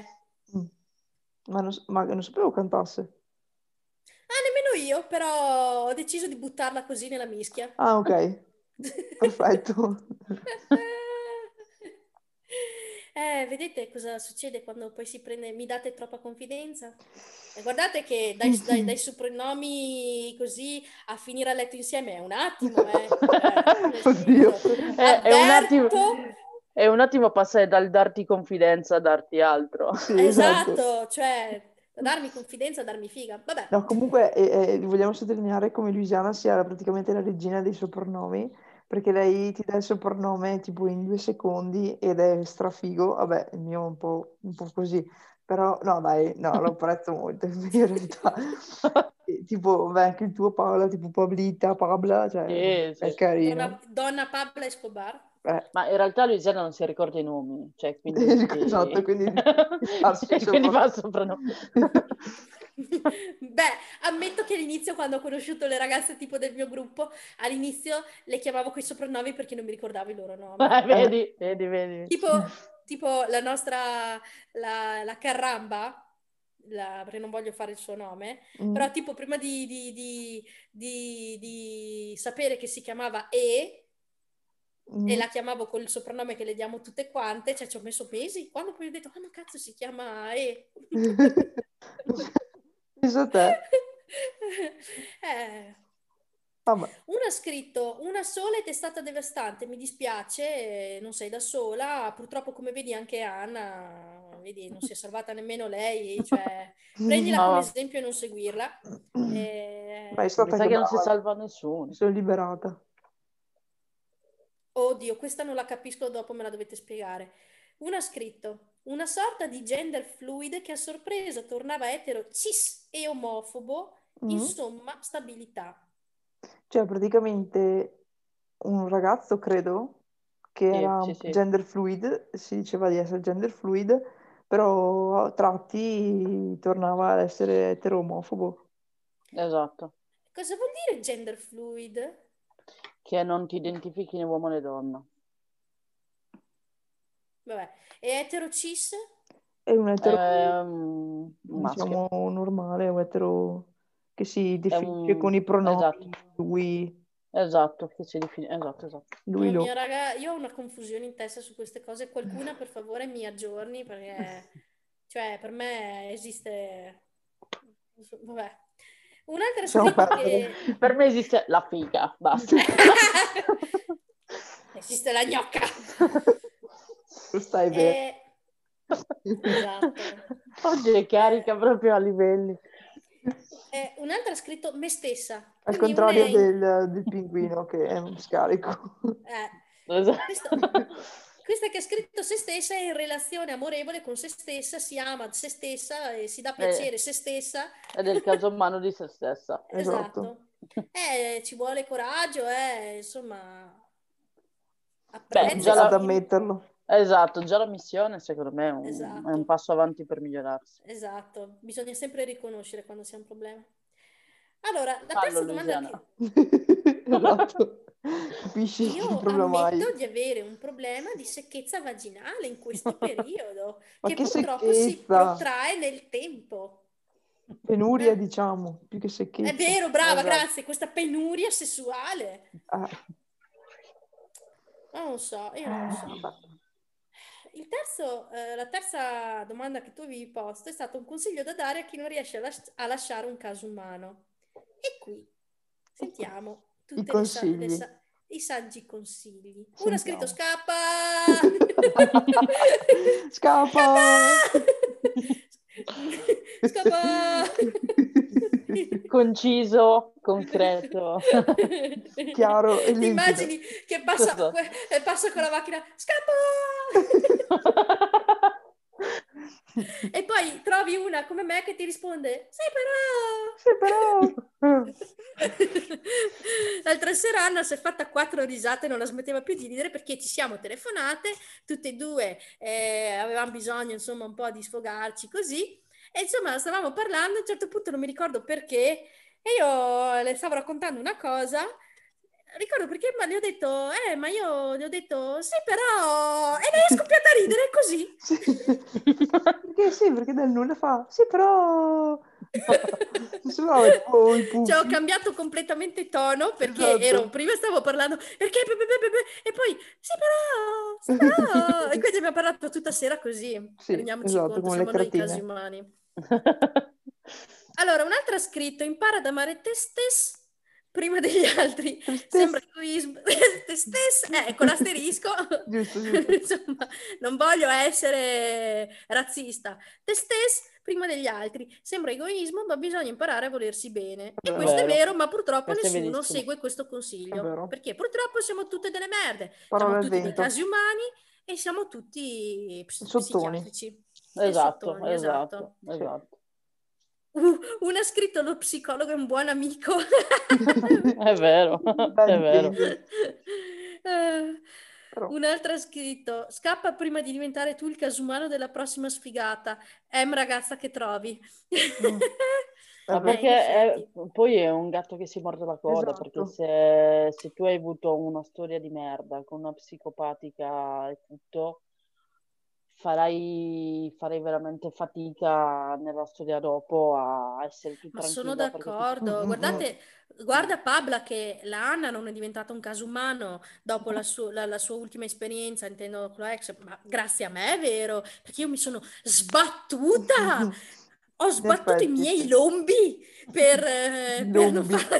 Ma non sapevo cantasse. Ah, nemmeno io, però ho deciso di buttarla così nella mischia. Ah, ok. Perfetto. Vedete cosa succede quando poi si prende, mi date troppa confidenza? E guardate che dai soprannomi così a finire a letto insieme è un attimo, cioè, nel Oddio. senso, È un attimo, avverto, è un attimo passare dal darti confidenza a darti altro. Sì, esatto. esatto, cioè, da darmi confidenza, a darmi figa. Vabbè, No, comunque vogliamo sottolineare come Luisiana sia praticamente la regina dei soprannomi, perché lei ti dà il soprannome tipo in 2 secondi ed è strafigo. Vabbè, il mio è un po' così, però no, dai, no, lo apprezzo molto in realtà. Tipo, beh, anche il tuo Paola, tipo Pablita, Pabla, cioè, Sì, è sì. carino. donna Pabla Escobar. Eh, Ma in realtà Luisiana non si ricorda i nomi, cioè quindi, esatto, quindi farsi il e quindi fa il soprannome. soprannome. Beh, ammetto che all'inizio, quando ho conosciuto le ragazze tipo del mio gruppo, all'inizio le chiamavo coi soprannomi perché non mi ricordavo i loro nomi. Vedi, vedi, vedi. Tipo, tipo la nostra, la Carramba, perché non voglio fare il suo nome, Mm, però tipo prima di sapere che si chiamava e mm. la chiamavo col soprannome che le diamo tutte quante, cioè ci ho messo mesi, quando poi ho detto, ah ma cazzo si chiama E. Pensa a te. Eh, Vabbè. uno ha scritto, una sola ed è stata devastante, mi dispiace, non sei da sola, purtroppo come vedi anche Anna, vedi, non si è salvata nemmeno lei, cioè prendila come Ma esempio e non seguirla. Ma è mi stata sa anche che non si brava. salva Mi nessuno. sono liberata. Oddio, questa non la capisco, dopo me la dovete spiegare. Uno ha scritto, una sorta di gender fluid che a sorpresa tornava etero, cis e omofobo, Mm. insomma, stabilità. Cioè, praticamente un ragazzo, credo, che Sì, era sì, sì, gender fluid, si diceva di essere gender fluid, però a tratti tornava ad essere etero-omofobo. esatto. Cosa vuol dire gender fluid? Che non ti identifichi né uomo né donna. Vabbè, e etero cis? È un etero, È un maschio. diciamo, normale, un etero che si È definisce con un... i Esatto, pronomi lui, esatto, che si definisce... Esatto, esatto. lui, Mamma lo. mia, raga, io ho una confusione in testa su queste cose. Qualcuna, per favore, mi aggiorni perché, cioè, per me esiste... Vabbè. Un'altra ha Lasciamo scritto perdere. che Per me esiste la figa, basta. esiste la gnocca. Tu stai bene. Esatto. Oggi è carica proprio a livelli. Un'altra ha scritto me stessa. Al Quindi una contrario è del pinguino che è un scarico. Esatto. Questa che ha scritto se stessa è in relazione amorevole con se stessa, si ama se stessa e si dà piacere se stessa. È del caso umano di se stessa. Esatto. Ci vuole coraggio, insomma, Beh, apprezza Ad ammetterlo. Esatto, già la missione secondo me è un Esatto. passo avanti per migliorarsi. Esatto, bisogna sempre riconoscere quando c'è un problema. Allora, la Fallo, terza domanda Luisiana. Esatto. Capisci che io problema hai? ammetto di avere un problema di secchezza vaginale in questo periodo, Ma che che purtroppo si secchezza! protrae nel tempo. Penuria, diciamo, più che È secchezza. vero, brava, Esatto. grazie, questa penuria sessuale. Ah, Non lo so, io non lo so. La terza domanda che tu avevi posto è stato un consiglio da dare a chi non riesce a lasciare un caso umano. E qui sentiamo I tutti consigli. i saggi consigli. Uno Sentiamo. ha scritto scappa! Scappa! Scappa! Conciso, concreto. Chiaro e Ti limpido. immagini che passa con la macchina, scappa! E poi trovi una come me che ti risponde, sì però! L'altra sera Anna si è fatta 4 risate e non la smetteva più di ridere perché ci siamo telefonate, tutte e due avevamo bisogno insomma un po' di sfogarci così e insomma stavamo parlando, a un certo punto non mi ricordo perché e io le stavo raccontando una cosa. Ricordo perché ma le ho detto, ma io le ho detto, sì, però. E lei è scoppiata a ridere così. Perché dal nulla fa, sì, però. Mi sembrava tipo i Cioè, ho Puffi. cambiato completamente tono perché Esatto. prima stavo parlando, perché, e poi, sì, però. E quindi abbiamo parlato tutta sera così. Sì, Rendiamoci esatto, conto, come le siamo noi i casi cretine. umani. Allora, un'altra ha scritto, impara ad amare te stesso prima degli altri. Sembra egoismo. Te stesso, con l'asterisco. Giusto. Insomma, non voglio essere razzista. Te stesso prima degli altri. Sembra egoismo, ma bisogna imparare a volersi bene. E questo è vero, ma purtroppo Questo è nessuno verissimo. segue questo È consiglio. vero. Perché purtroppo siamo tutte delle merde. Parole Siamo al tutti dei vento. casi umani e siamo tutti Sottoni. psichiatrici. Esatto, Sottoni, esatto. Uno ha scritto lo psicologo è un buon amico. È vero, è vero. Un'altra ha scritto scappa prima di diventare tu il casumano della prossima sfigata. Ragazza che trovi. Ma In perché poi è un gatto che si morde la coda, Esatto. perché se tu hai avuto una storia di merda con una psicopatica e tutto, farai veramente fatica nella storia dopo a essere più Ma sono tranquilla perché ti... d'accordo. Guarda Pabla che la Anna non è diventata un caso umano dopo la sua ultima esperienza, intendo con la ex, ma grazie a me è vero, perché io mi sono sbattuta. Ho sbattuto i effetti, miei sì. lombi per non Lombi. farla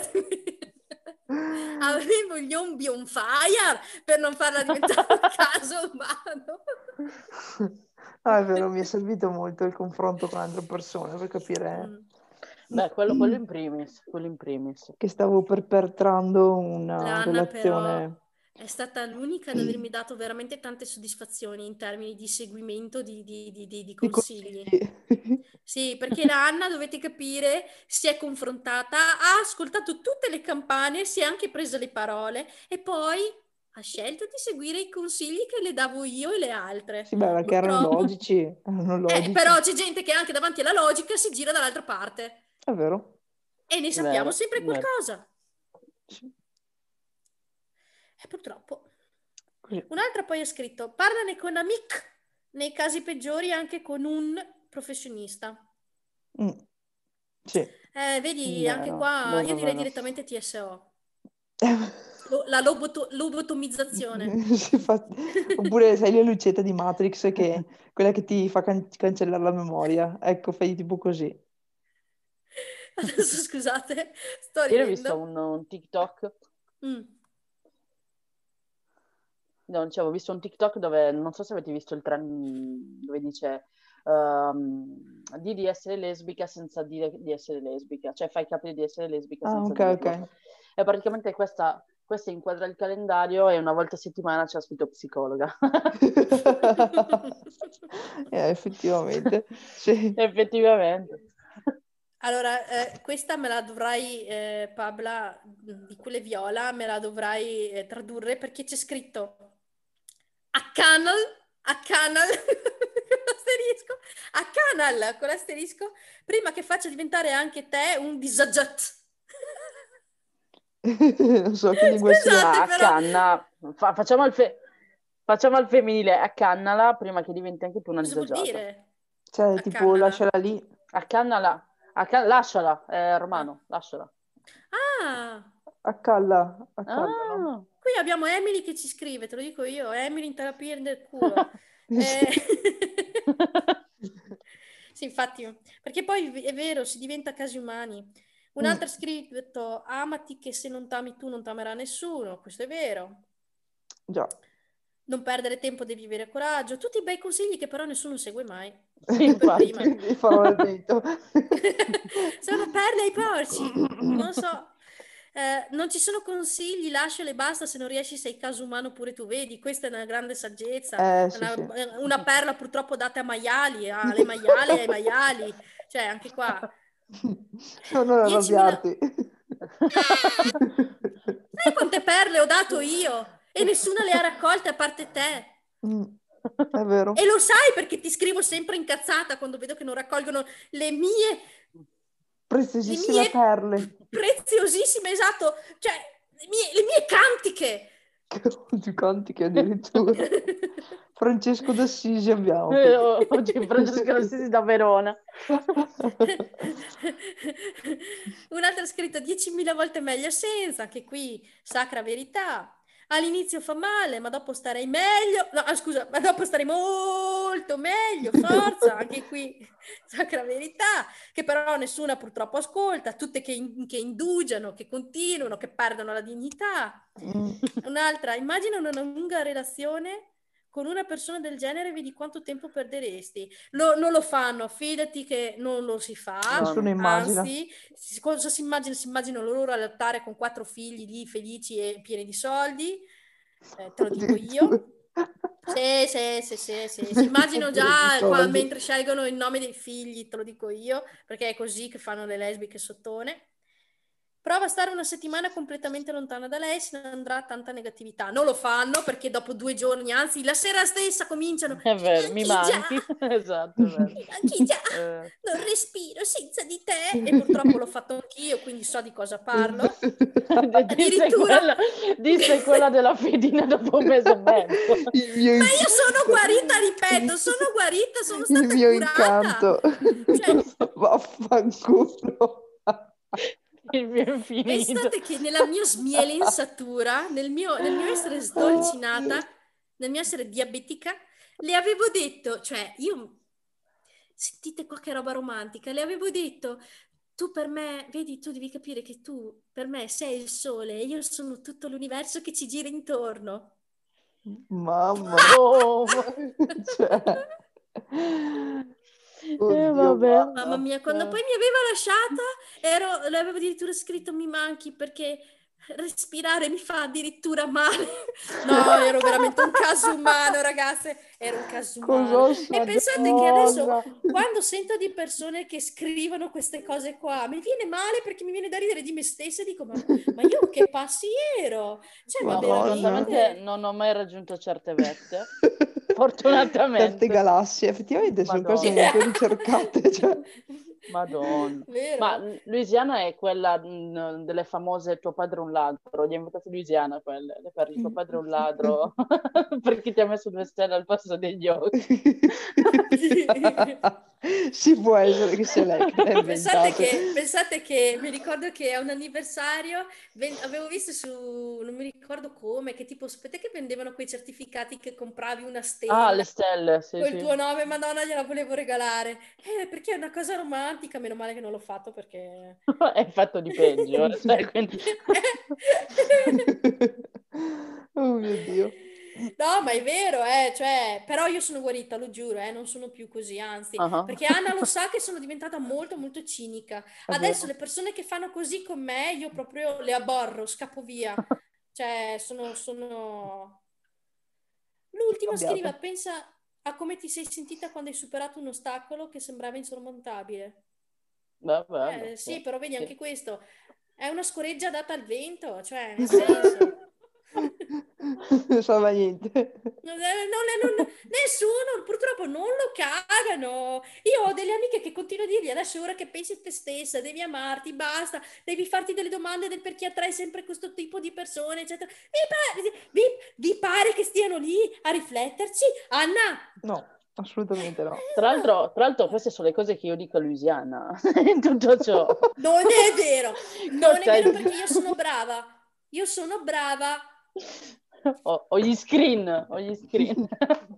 Avevo gli ombi on fire per non farla diventare un caso umano. No, è vero, mi è servito molto il confronto con altre persone per capire Beh, quello in primis, che stavo perpetrando una L'Anna però relazione. è stata l'unica ad avermi dato veramente tante soddisfazioni in termini di seguimento di Di consigli. consigli. Sì, perché la Anna, dovete capire, si è confrontata, ha ascoltato tutte le campane, si è anche presa le parole e poi ha scelto di seguire i consigli che le davo io e le altre. Sì, beh, perché erano Purtroppo. logici, erano logici. Però c'è gente che anche davanti alla logica si gira dall'altra parte È vero. e ne sappiamo sempre vero. qualcosa. Sì. Purtroppo. Così. Un'altra poi ha scritto, parlane con amic, nei casi peggiori anche con un professionista. Sì. Vedi, anche qua io direi direttamente TSO. La lobotomizzazione. Oppure sai la lucetta di Matrix che è quella che ti fa cancellare la memoria. Ecco, fai tipo così. Adesso scusate, sto Ieri ho visto ridendo. un TikTok. Mm. No, dicevo, ho visto un TikTok dove, non so se avete visto il trend, dove dice di essere lesbica senza dire di essere lesbica, cioè fai capire di essere lesbica Ah, senza ok, dirlo. ok. E praticamente questa inquadra il calendario e una volta a settimana c'è scritto psicologa. Effettivamente, sì. Effettivamente. Allora, questa me la dovrai, Pabla, di quelle viola, me la dovrai tradurre perché c'è scritto a canal, con l'asterisco, a canal, con l'asterisco, prima che faccia diventare anche te un disagiat. Non so che lingua sia. Scusate, A però, canna, facciamo al femminile, accannala prima che diventi anche tu una cosa vuol disagiata. dire? Cioè, A tipo, cannala. lasciala lì. Accannala, lasciala, è Ah. romano, lasciala. Ah, Accallano. Ah. qui abbiamo Emily che ci scrive, te lo dico io, Emily in terapia del culo. Eh, Sì, infatti, perché poi è vero, si diventa casi umani. Un Mm, altro ha scritto, amati che se non t'ami tu non t'amerà nessuno, questo è vero. già. Non perdere tempo, devi avere coraggio, tutti bei consigli che però nessuno segue mai. Sì, Io per prima. infatti. Quindi farò il dito. Sono perle ai porci, non so. Non ci sono consigli, lasciale e basta, se non riesci sei caso umano pure tu vedi, questa è una grande saggezza, Sì, sì. una perla purtroppo data a maiali, alle maiali e ai maiali, cioè anche qua. Non 10.000. arrabbiarti. Sai quante perle ho dato io? E nessuna le ha raccolte a parte te. Mm, è vero. E lo sai perché ti scrivo sempre incazzata quando vedo che non raccolgono le Preziosissime mie perle. preziosissime, esatto, cioè le mie cantiche. Che cantiche addirittura. Francesco d'Assisi abbiamo qui. Oggi Francesco Assisi da Verona. Un altro ha scritto 10.000 volte meglio senza, anche qui sacra verità. All'inizio fa male, ma dopo starei meglio. No, scusa, ma dopo starei molto meglio, forza, anche qui sacra verità, che però nessuna purtroppo ascolta, tutte che indugiano, che continuano, che perdono la dignità. Mm, Un'altra, immagina una lunga relazione con una persona del genere, vedi quanto tempo perderesti. Non lo fanno, fidati che non lo si fa, No, nessuno no. immagina. anzi, cosa si immagina? Si immaginano loro a lottare con 4 figli lì, felici e pieni di soldi, te lo dico Addirittura. io. Sì, sì, sì, sì, sì. Si immaginano Pieni di già soldi. mentre scelgono il nome dei figli, te lo dico io, perché è così che fanno le lesbiche sottone. Prova a stare una settimana completamente lontana da lei, se ne andrà tanta negatività. Non lo fanno perché dopo 2 giorni, anzi la sera stessa cominciano, mi È vero, mi manchi già, manchi. Esatto, è vero. mi manchi già, Eh, non respiro senza di te. E purtroppo l'ho fatto anch'io, quindi so di cosa parlo. disse Addirittura... disse quella della fedina dopo un mese e mezzo. Il mio Ma io sono incanto. guarita, ripeto, sono guarita, sono Il stata mio curata. incanto. Cioè, Vaffanculo. Il mio infinito. pensate che nella mia smielenzatura, nel mio essere sdolcinata, nel mio essere diabetica, le avevo detto, cioè io, sentite qua che roba romantica, le avevo detto, tu per me, vedi, tu devi capire che tu per me sei il sole e io sono tutto l'universo che ci gira intorno. Mamma. Madonna. Cioè. Oddio, Vabbè. Mamma guarda. mia, quando poi mi aveva lasciata, le avevo addirittura scritto mi manchi perché respirare mi fa addirittura male. No, ero veramente un caso umano, ragazze, ero un caso umano. Cos'ho, E pensate che adesso, Madonna. quando sento di persone che scrivono queste cose qua, mi viene male perché mi viene da ridere di me stessa e dico, ma io che passiero? Cioè, ma No, Madonna. fortunatamente veramente? non ho mai raggiunto certe vette. Certe Fortunatamente. galassie, effettivamente sono cose Madonna. molto ricercate. Cioè. Madonna. Ma Vero? Louisiana è quella delle famose tuo padre è un ladro. Gli ha inventato Louisiana quelle, le parli tuo padre è un ladro perché ti ha messo 2 stelle al posto degli occhi. Si può essere che sia lei che l'ha inventato. Pensate che mi ricordo che a un anniversario avevo visto su, non mi ricordo come, che tipo, aspetta che vendevano quei certificati che compravi una Ah, stella le stelle, sì, col sì. tuo nome, Madonna, gliela volevo regalare. Perché è una cosa romantica, meno male che non l'ho fatto perché... È fatto di peggio, cioè, quindi... Oh mio Dio. No, ma è vero, cioè, però io sono guarita, lo giuro, non sono più così, anzi, Ah, perché Anna lo sa che sono diventata molto, molto cinica. È Adesso vero. le persone che fanno così con me, io proprio le abborro, scappo via. Cioè, sono... L'ultima scriva, Cambiata. pensa a come ti sei sentita quando hai superato un ostacolo che sembrava insormontabile. beh, bello, sì. Sì, però vedi Sì. anche questo. È una scoreggia data al vento, cioè, nel senso... Non salva niente. Nessuno, purtroppo non lo cagano. Io ho delle amiche che continuo a dirgli adesso è ora che pensi a te stessa, devi amarti, basta, devi farti delle domande del perché attrai sempre questo tipo di persone, eccetera. Vi pare che stiano lì a rifletterci? Anna? No, assolutamente no. Tra l'altro queste sono le cose che io dico a Louisiana, in tutto ciò. Non è vero, non è Cioè, vero perché io sono brava. Io sono brava. Ho gli screen, ho gli screen.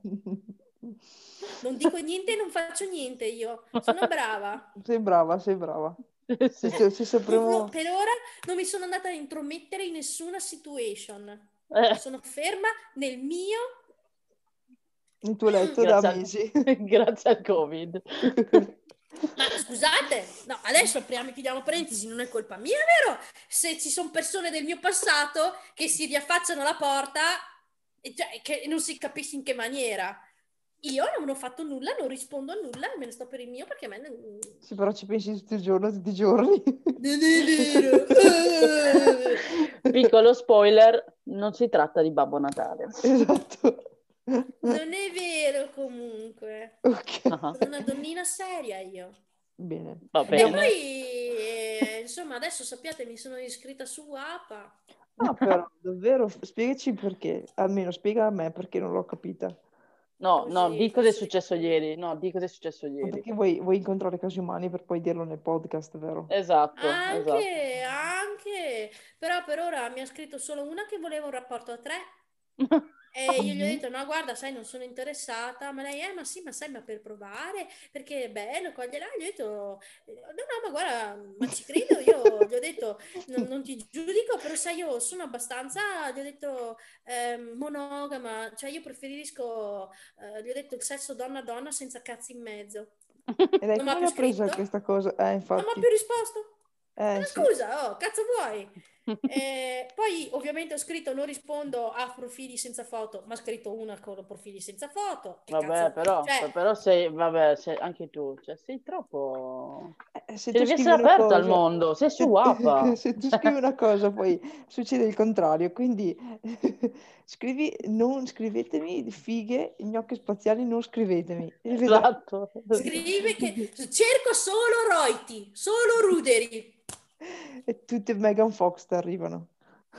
Non dico niente e non faccio niente io. Sono brava. Sei brava, sei brava. Sì. Se sapremo... Per ora non mi sono andata a intromettere in nessuna situation. Eh, Sono ferma nel mio. Il tuo letto da mesi. Grazie al Covid. Ma scusate, no, adesso apriamo e chiudiamo parentesi, non è colpa mia, vero? Se ci sono persone del mio passato che si riaffacciano alla porta, cioè, che non si capisce in che maniera. Io non ho fatto nulla, non rispondo a nulla, me ne sto per il mio perché a me non... Sì, però ci pensi tutti i giorni, tutti i giorni. Non è vero. Piccolo spoiler, non si tratta di Babbo Natale. Esatto. Non è vero comunque. Ok. Ah, Sono una donnina seria io. Bene. va E bene. poi, insomma, adesso sappiate, mi sono iscritta su WAPA. Ah, però, davvero, spiegaci perché. Almeno spiega a me perché non l'ho capita. No, Così, di cosa è così. successo ieri. No, di cosa è successo Ma ieri. perché vuoi incontrare casi umani per poi dirlo nel podcast, vero? Esatto. Anche. Però per ora mi ha scritto solo una che voleva un rapporto a 3. E io gli ho Mhm. detto, no, guarda, sai, non sono interessata. Ma lei, ma sì, ma sai, ma per provare, perché è bello, cogliela. Gli ho detto, no, no, ma guarda, ma ci credo. Io gli ho detto, non ti giudico, però sai, io sono abbastanza, gli ho detto, monogama. Cioè, io preferisco, gli ho detto, il sesso donna-donna senza cazzi in mezzo. E lei Non mi ha come più l'ha presa scritto, questa cosa? non mi ha Infatti. più risposto. Sì. Scusa, oh, cazzo vuoi? Poi ovviamente ho scritto non rispondo a profili senza foto, ma ho scritto una con profili senza foto. Che Vabbè, cazzo? Cioè, però sei, vabbè, anche tu, cioè, sei troppo... Se Cioè, tu devi scrivi essere una aperto al cosa, mondo, sei su se, WAPA. se tu scrivi una cosa, poi succede il contrario. Quindi scrivi, non scrivetemi fighe, gnocchi spaziali, non scrivetemi. E vedrai. Esatto. scrive che cerco solo Roiti, solo Ruderi. E tutte Megan Fox ti arrivano.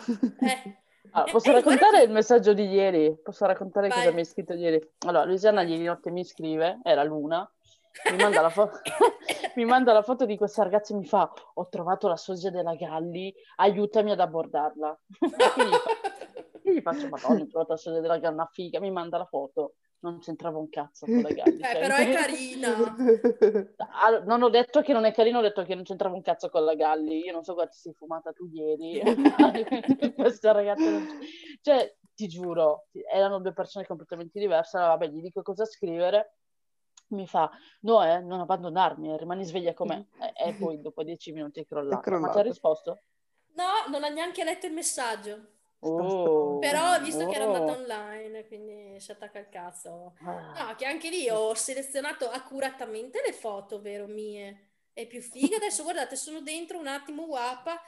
Posso Guarda raccontare il che... messaggio di ieri? Posso raccontare cosa Vai, mi hai scritto ieri? Allora, Luciana vai. ieri notte mi scrive, era l'una, mi manda la, mi manda la foto di questa ragazza e mi fa: ho trovato la sosia della Galli, aiutami ad abbordarla. Io gli faccio: Madonna, ho trovato la sosia della Galli, una figa, mi manda la foto. Non c'entrava un cazzo con la Galli. Però è carina. Non ho detto che non è carino, ho detto che non c'entrava un cazzo con la Galli. Io non so cosa ti sei fumata tu ieri. Questa ragazza cioè, ti giuro, erano due persone completamente diverse. Allora, vabbè, gli dico cosa scrivere. Mi fa: no, non abbandonarmi, rimani sveglia con me. E poi dopo 10 minuti è È crollata. Ma ti ha crollata. risposto? No, non ha neanche letto il messaggio. Oh, Però ho visto che era andata oh. online, quindi si attacca al cazzo. Ah. No, che anche lì ho selezionato accuratamente le foto, vero, mie. È più figa. Adesso guardate, sono dentro un attimo guapa.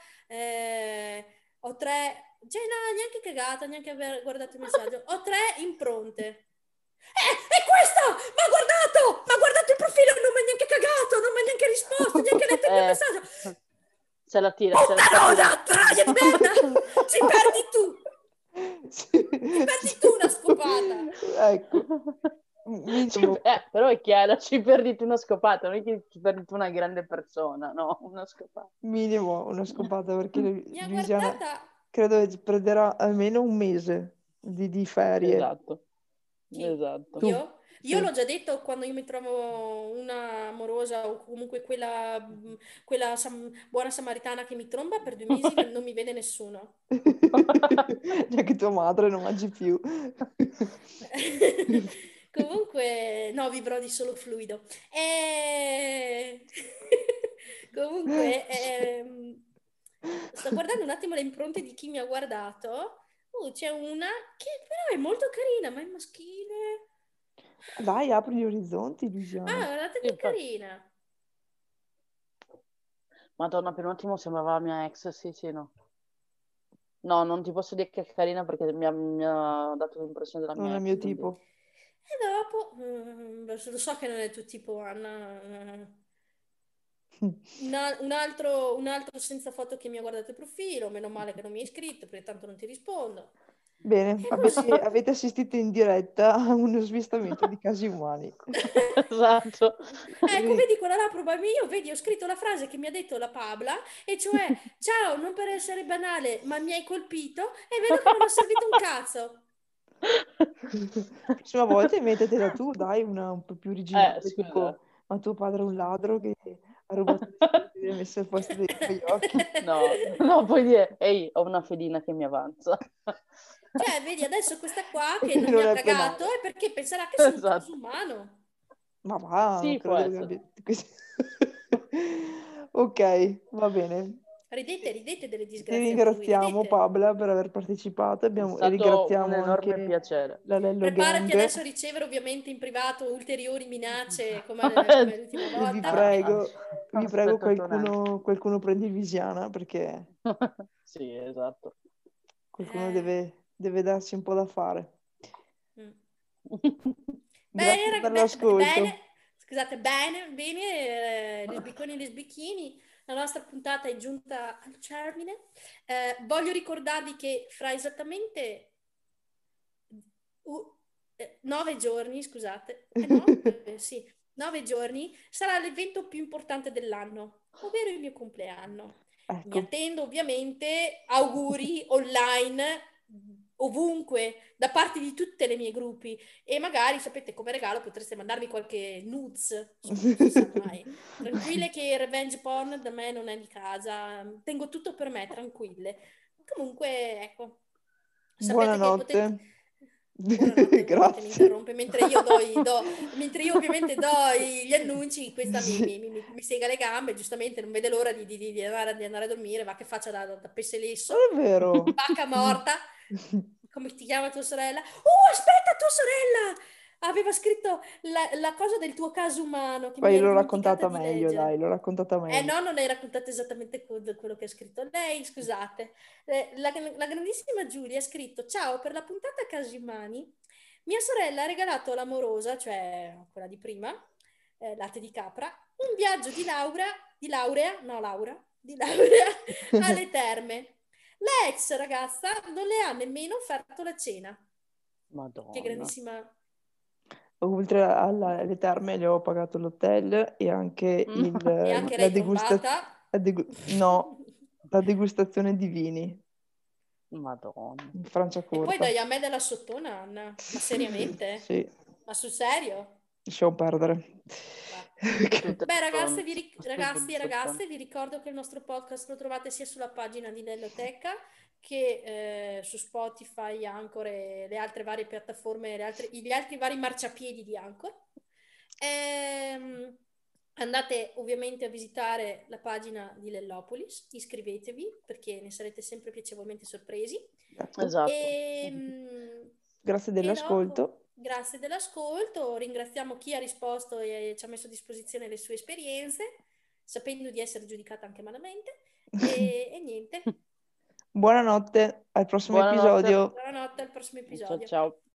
Ho 3... Cioè, no, neanche cagata, neanche aver guardato il messaggio. Ho 3 impronte. È questo! Ma ha guardato il profilo, non mi ha neanche cagato, non mi ha neanche risposto, neanche letto il mio messaggio. Se la tira, se la Puttarosa, tira. troia di merda! Ci perdi tu! Sì. Ci perdi tu una scopata! Ecco. Minimo, Però è chiaro, ci perditi una scopata, non è che ci perditi una grande persona, no, una scopata. minimo una scopata perché Mi ha Luisiana guardata... credo che perderà almeno un mese di ferie. Esatto, Chi? esatto. Tu, Io sì. l'ho già detto quando io mi trovo una amorosa o comunque quella buona samaritana che mi tromba per 2 mesi non mi vede nessuno. Neanche tua madre non mangi più. Comunque, no, vivrò di solo fluido. Comunque, sto guardando un attimo le impronte di chi mi ha guardato. C'è una che però è molto carina, ma è maschile. Dai, apri gli orizzonti, Luciana. Ah, guardate Sì, che carina. Madonna, per un attimo sembrava la mia ex, sì, sì, no. No, non ti posso dire che è carina perché mi ha dato l'impressione della Non è mia il ex, mio quindi... tipo. E dopo, lo so che non è il tuo tipo, Anna. Un altro senza foto che mi ha guardato il profilo, meno male che non mi hai iscritto, perché tanto non ti rispondo. Bene, E avete, così. avete assistito in diretta a uno svistamento di casi umani. Esatto. Ecco, vedi quella là, probabilmente io, vedi, ho scritto la frase che mi ha detto la Pabla, e cioè, ciao, non per essere banale, ma mi hai colpito, e vedo che non ha servito un cazzo. La prossima volta inventatela tu, dai, una un po' più originale, Scusa. tipo, ma tuo padre è un ladro che ha rubato i soldi e li ha messi al posto dei tuoi occhi. No, no, puoi dire, ehi, ho una fedina che mi avanza. Cioè, vedi, adesso questa qua che non mi Non ha è cagato penale. è perché penserà che sono un caso Esatto. umano. Ma va, non Sì, può credo che essere. abbia... Ok, va bene. Ridete, ridete delle Ti disgrazie altrui, ringraziamo, ridete. Pabla, per aver partecipato È e stato un ringraziamo enorme anche piacere. la Lello Preparati Gang. adesso a ricevere ovviamente in privato ulteriori minacce come l'ultima E vi volta. prego, vi prego Aspetta un attimo. qualcuno prendi il Visiana perché Sì, esatto. qualcuno Eh, deve darsi un po' da fare. mm. Bene, Grazie per l'ascolto. bene, scusate, bene, lesbiconi e lesbichini, la nostra puntata è giunta al termine. Voglio ricordarvi che fra esattamente 9 giorni, scusate, no? Sì, 9 giorni sarà l'evento più importante dell'anno, ovvero il mio compleanno. Mi Ecco. attendo ovviamente auguri online ovunque, da parte di tutte le mie gruppi e magari, sapete, come regalo potreste mandarmi qualche nudes, insomma, non si sa mai. Tranquille che il revenge porn da me non è di casa, tengo tutto per me, tranquille. Comunque, ecco, sapete che potete... Buonanotte. Buonanotte, ovviamente mi Grazie. interrompe, mentre io ovviamente do gli annunci, questa Sì. mi sega le gambe, giustamente non vede l'ora di andare a dormire, va che faccia da pesce Non lesso, è vero. vacca morta, come ti chiama tua sorella? Aspetta, tua sorella! Aveva scritto la cosa del tuo caso umano che mi Poi ero l'ho dimenticata raccontata di meglio, dai, leggere. l'ho raccontata meglio. No, non hai raccontato esattamente quello che ha scritto lei, scusate. La grandissima Giulia ha scritto: Ciao, per la puntata Casimani, mia sorella ha regalato all'amorosa, cioè quella di prima, latte di capra, un viaggio di laurea alle terme. La ex ragazza non le ha nemmeno offerto la cena. Che Madonna. grandissima. Oltre alle terme le ho pagato l'hotel e anche E anche la lei trombata. no, la degustazione di vini Madonna. in E poi Franciacorta. dai a me della sottona, Anna. Ma seriamente? Sì, Ma sul serio? lasciamo perdere. Ah. Che Ok. tutte Beh, sono, ragazzi e ragazze, vi ricordo che il nostro podcast lo trovate sia sulla pagina di Nelloteca che su Spotify, Anchor e le altre varie piattaforme, gli altri vari marciapiedi di Anchor. Ehm, Andate ovviamente a visitare la pagina di Lellopolis, iscrivetevi perché ne sarete sempre piacevolmente sorpresi. Esatto. Esatto. Grazie E dopo, dell'ascolto. grazie dell'ascolto, ringraziamo chi ha risposto e ci ha messo a disposizione le sue esperienze, sapendo di essere giudicata anche malamente. E niente, Buonanotte, al prossimo Buonanotte. episodio. buonanotte al prossimo Ciao episodio. ciao.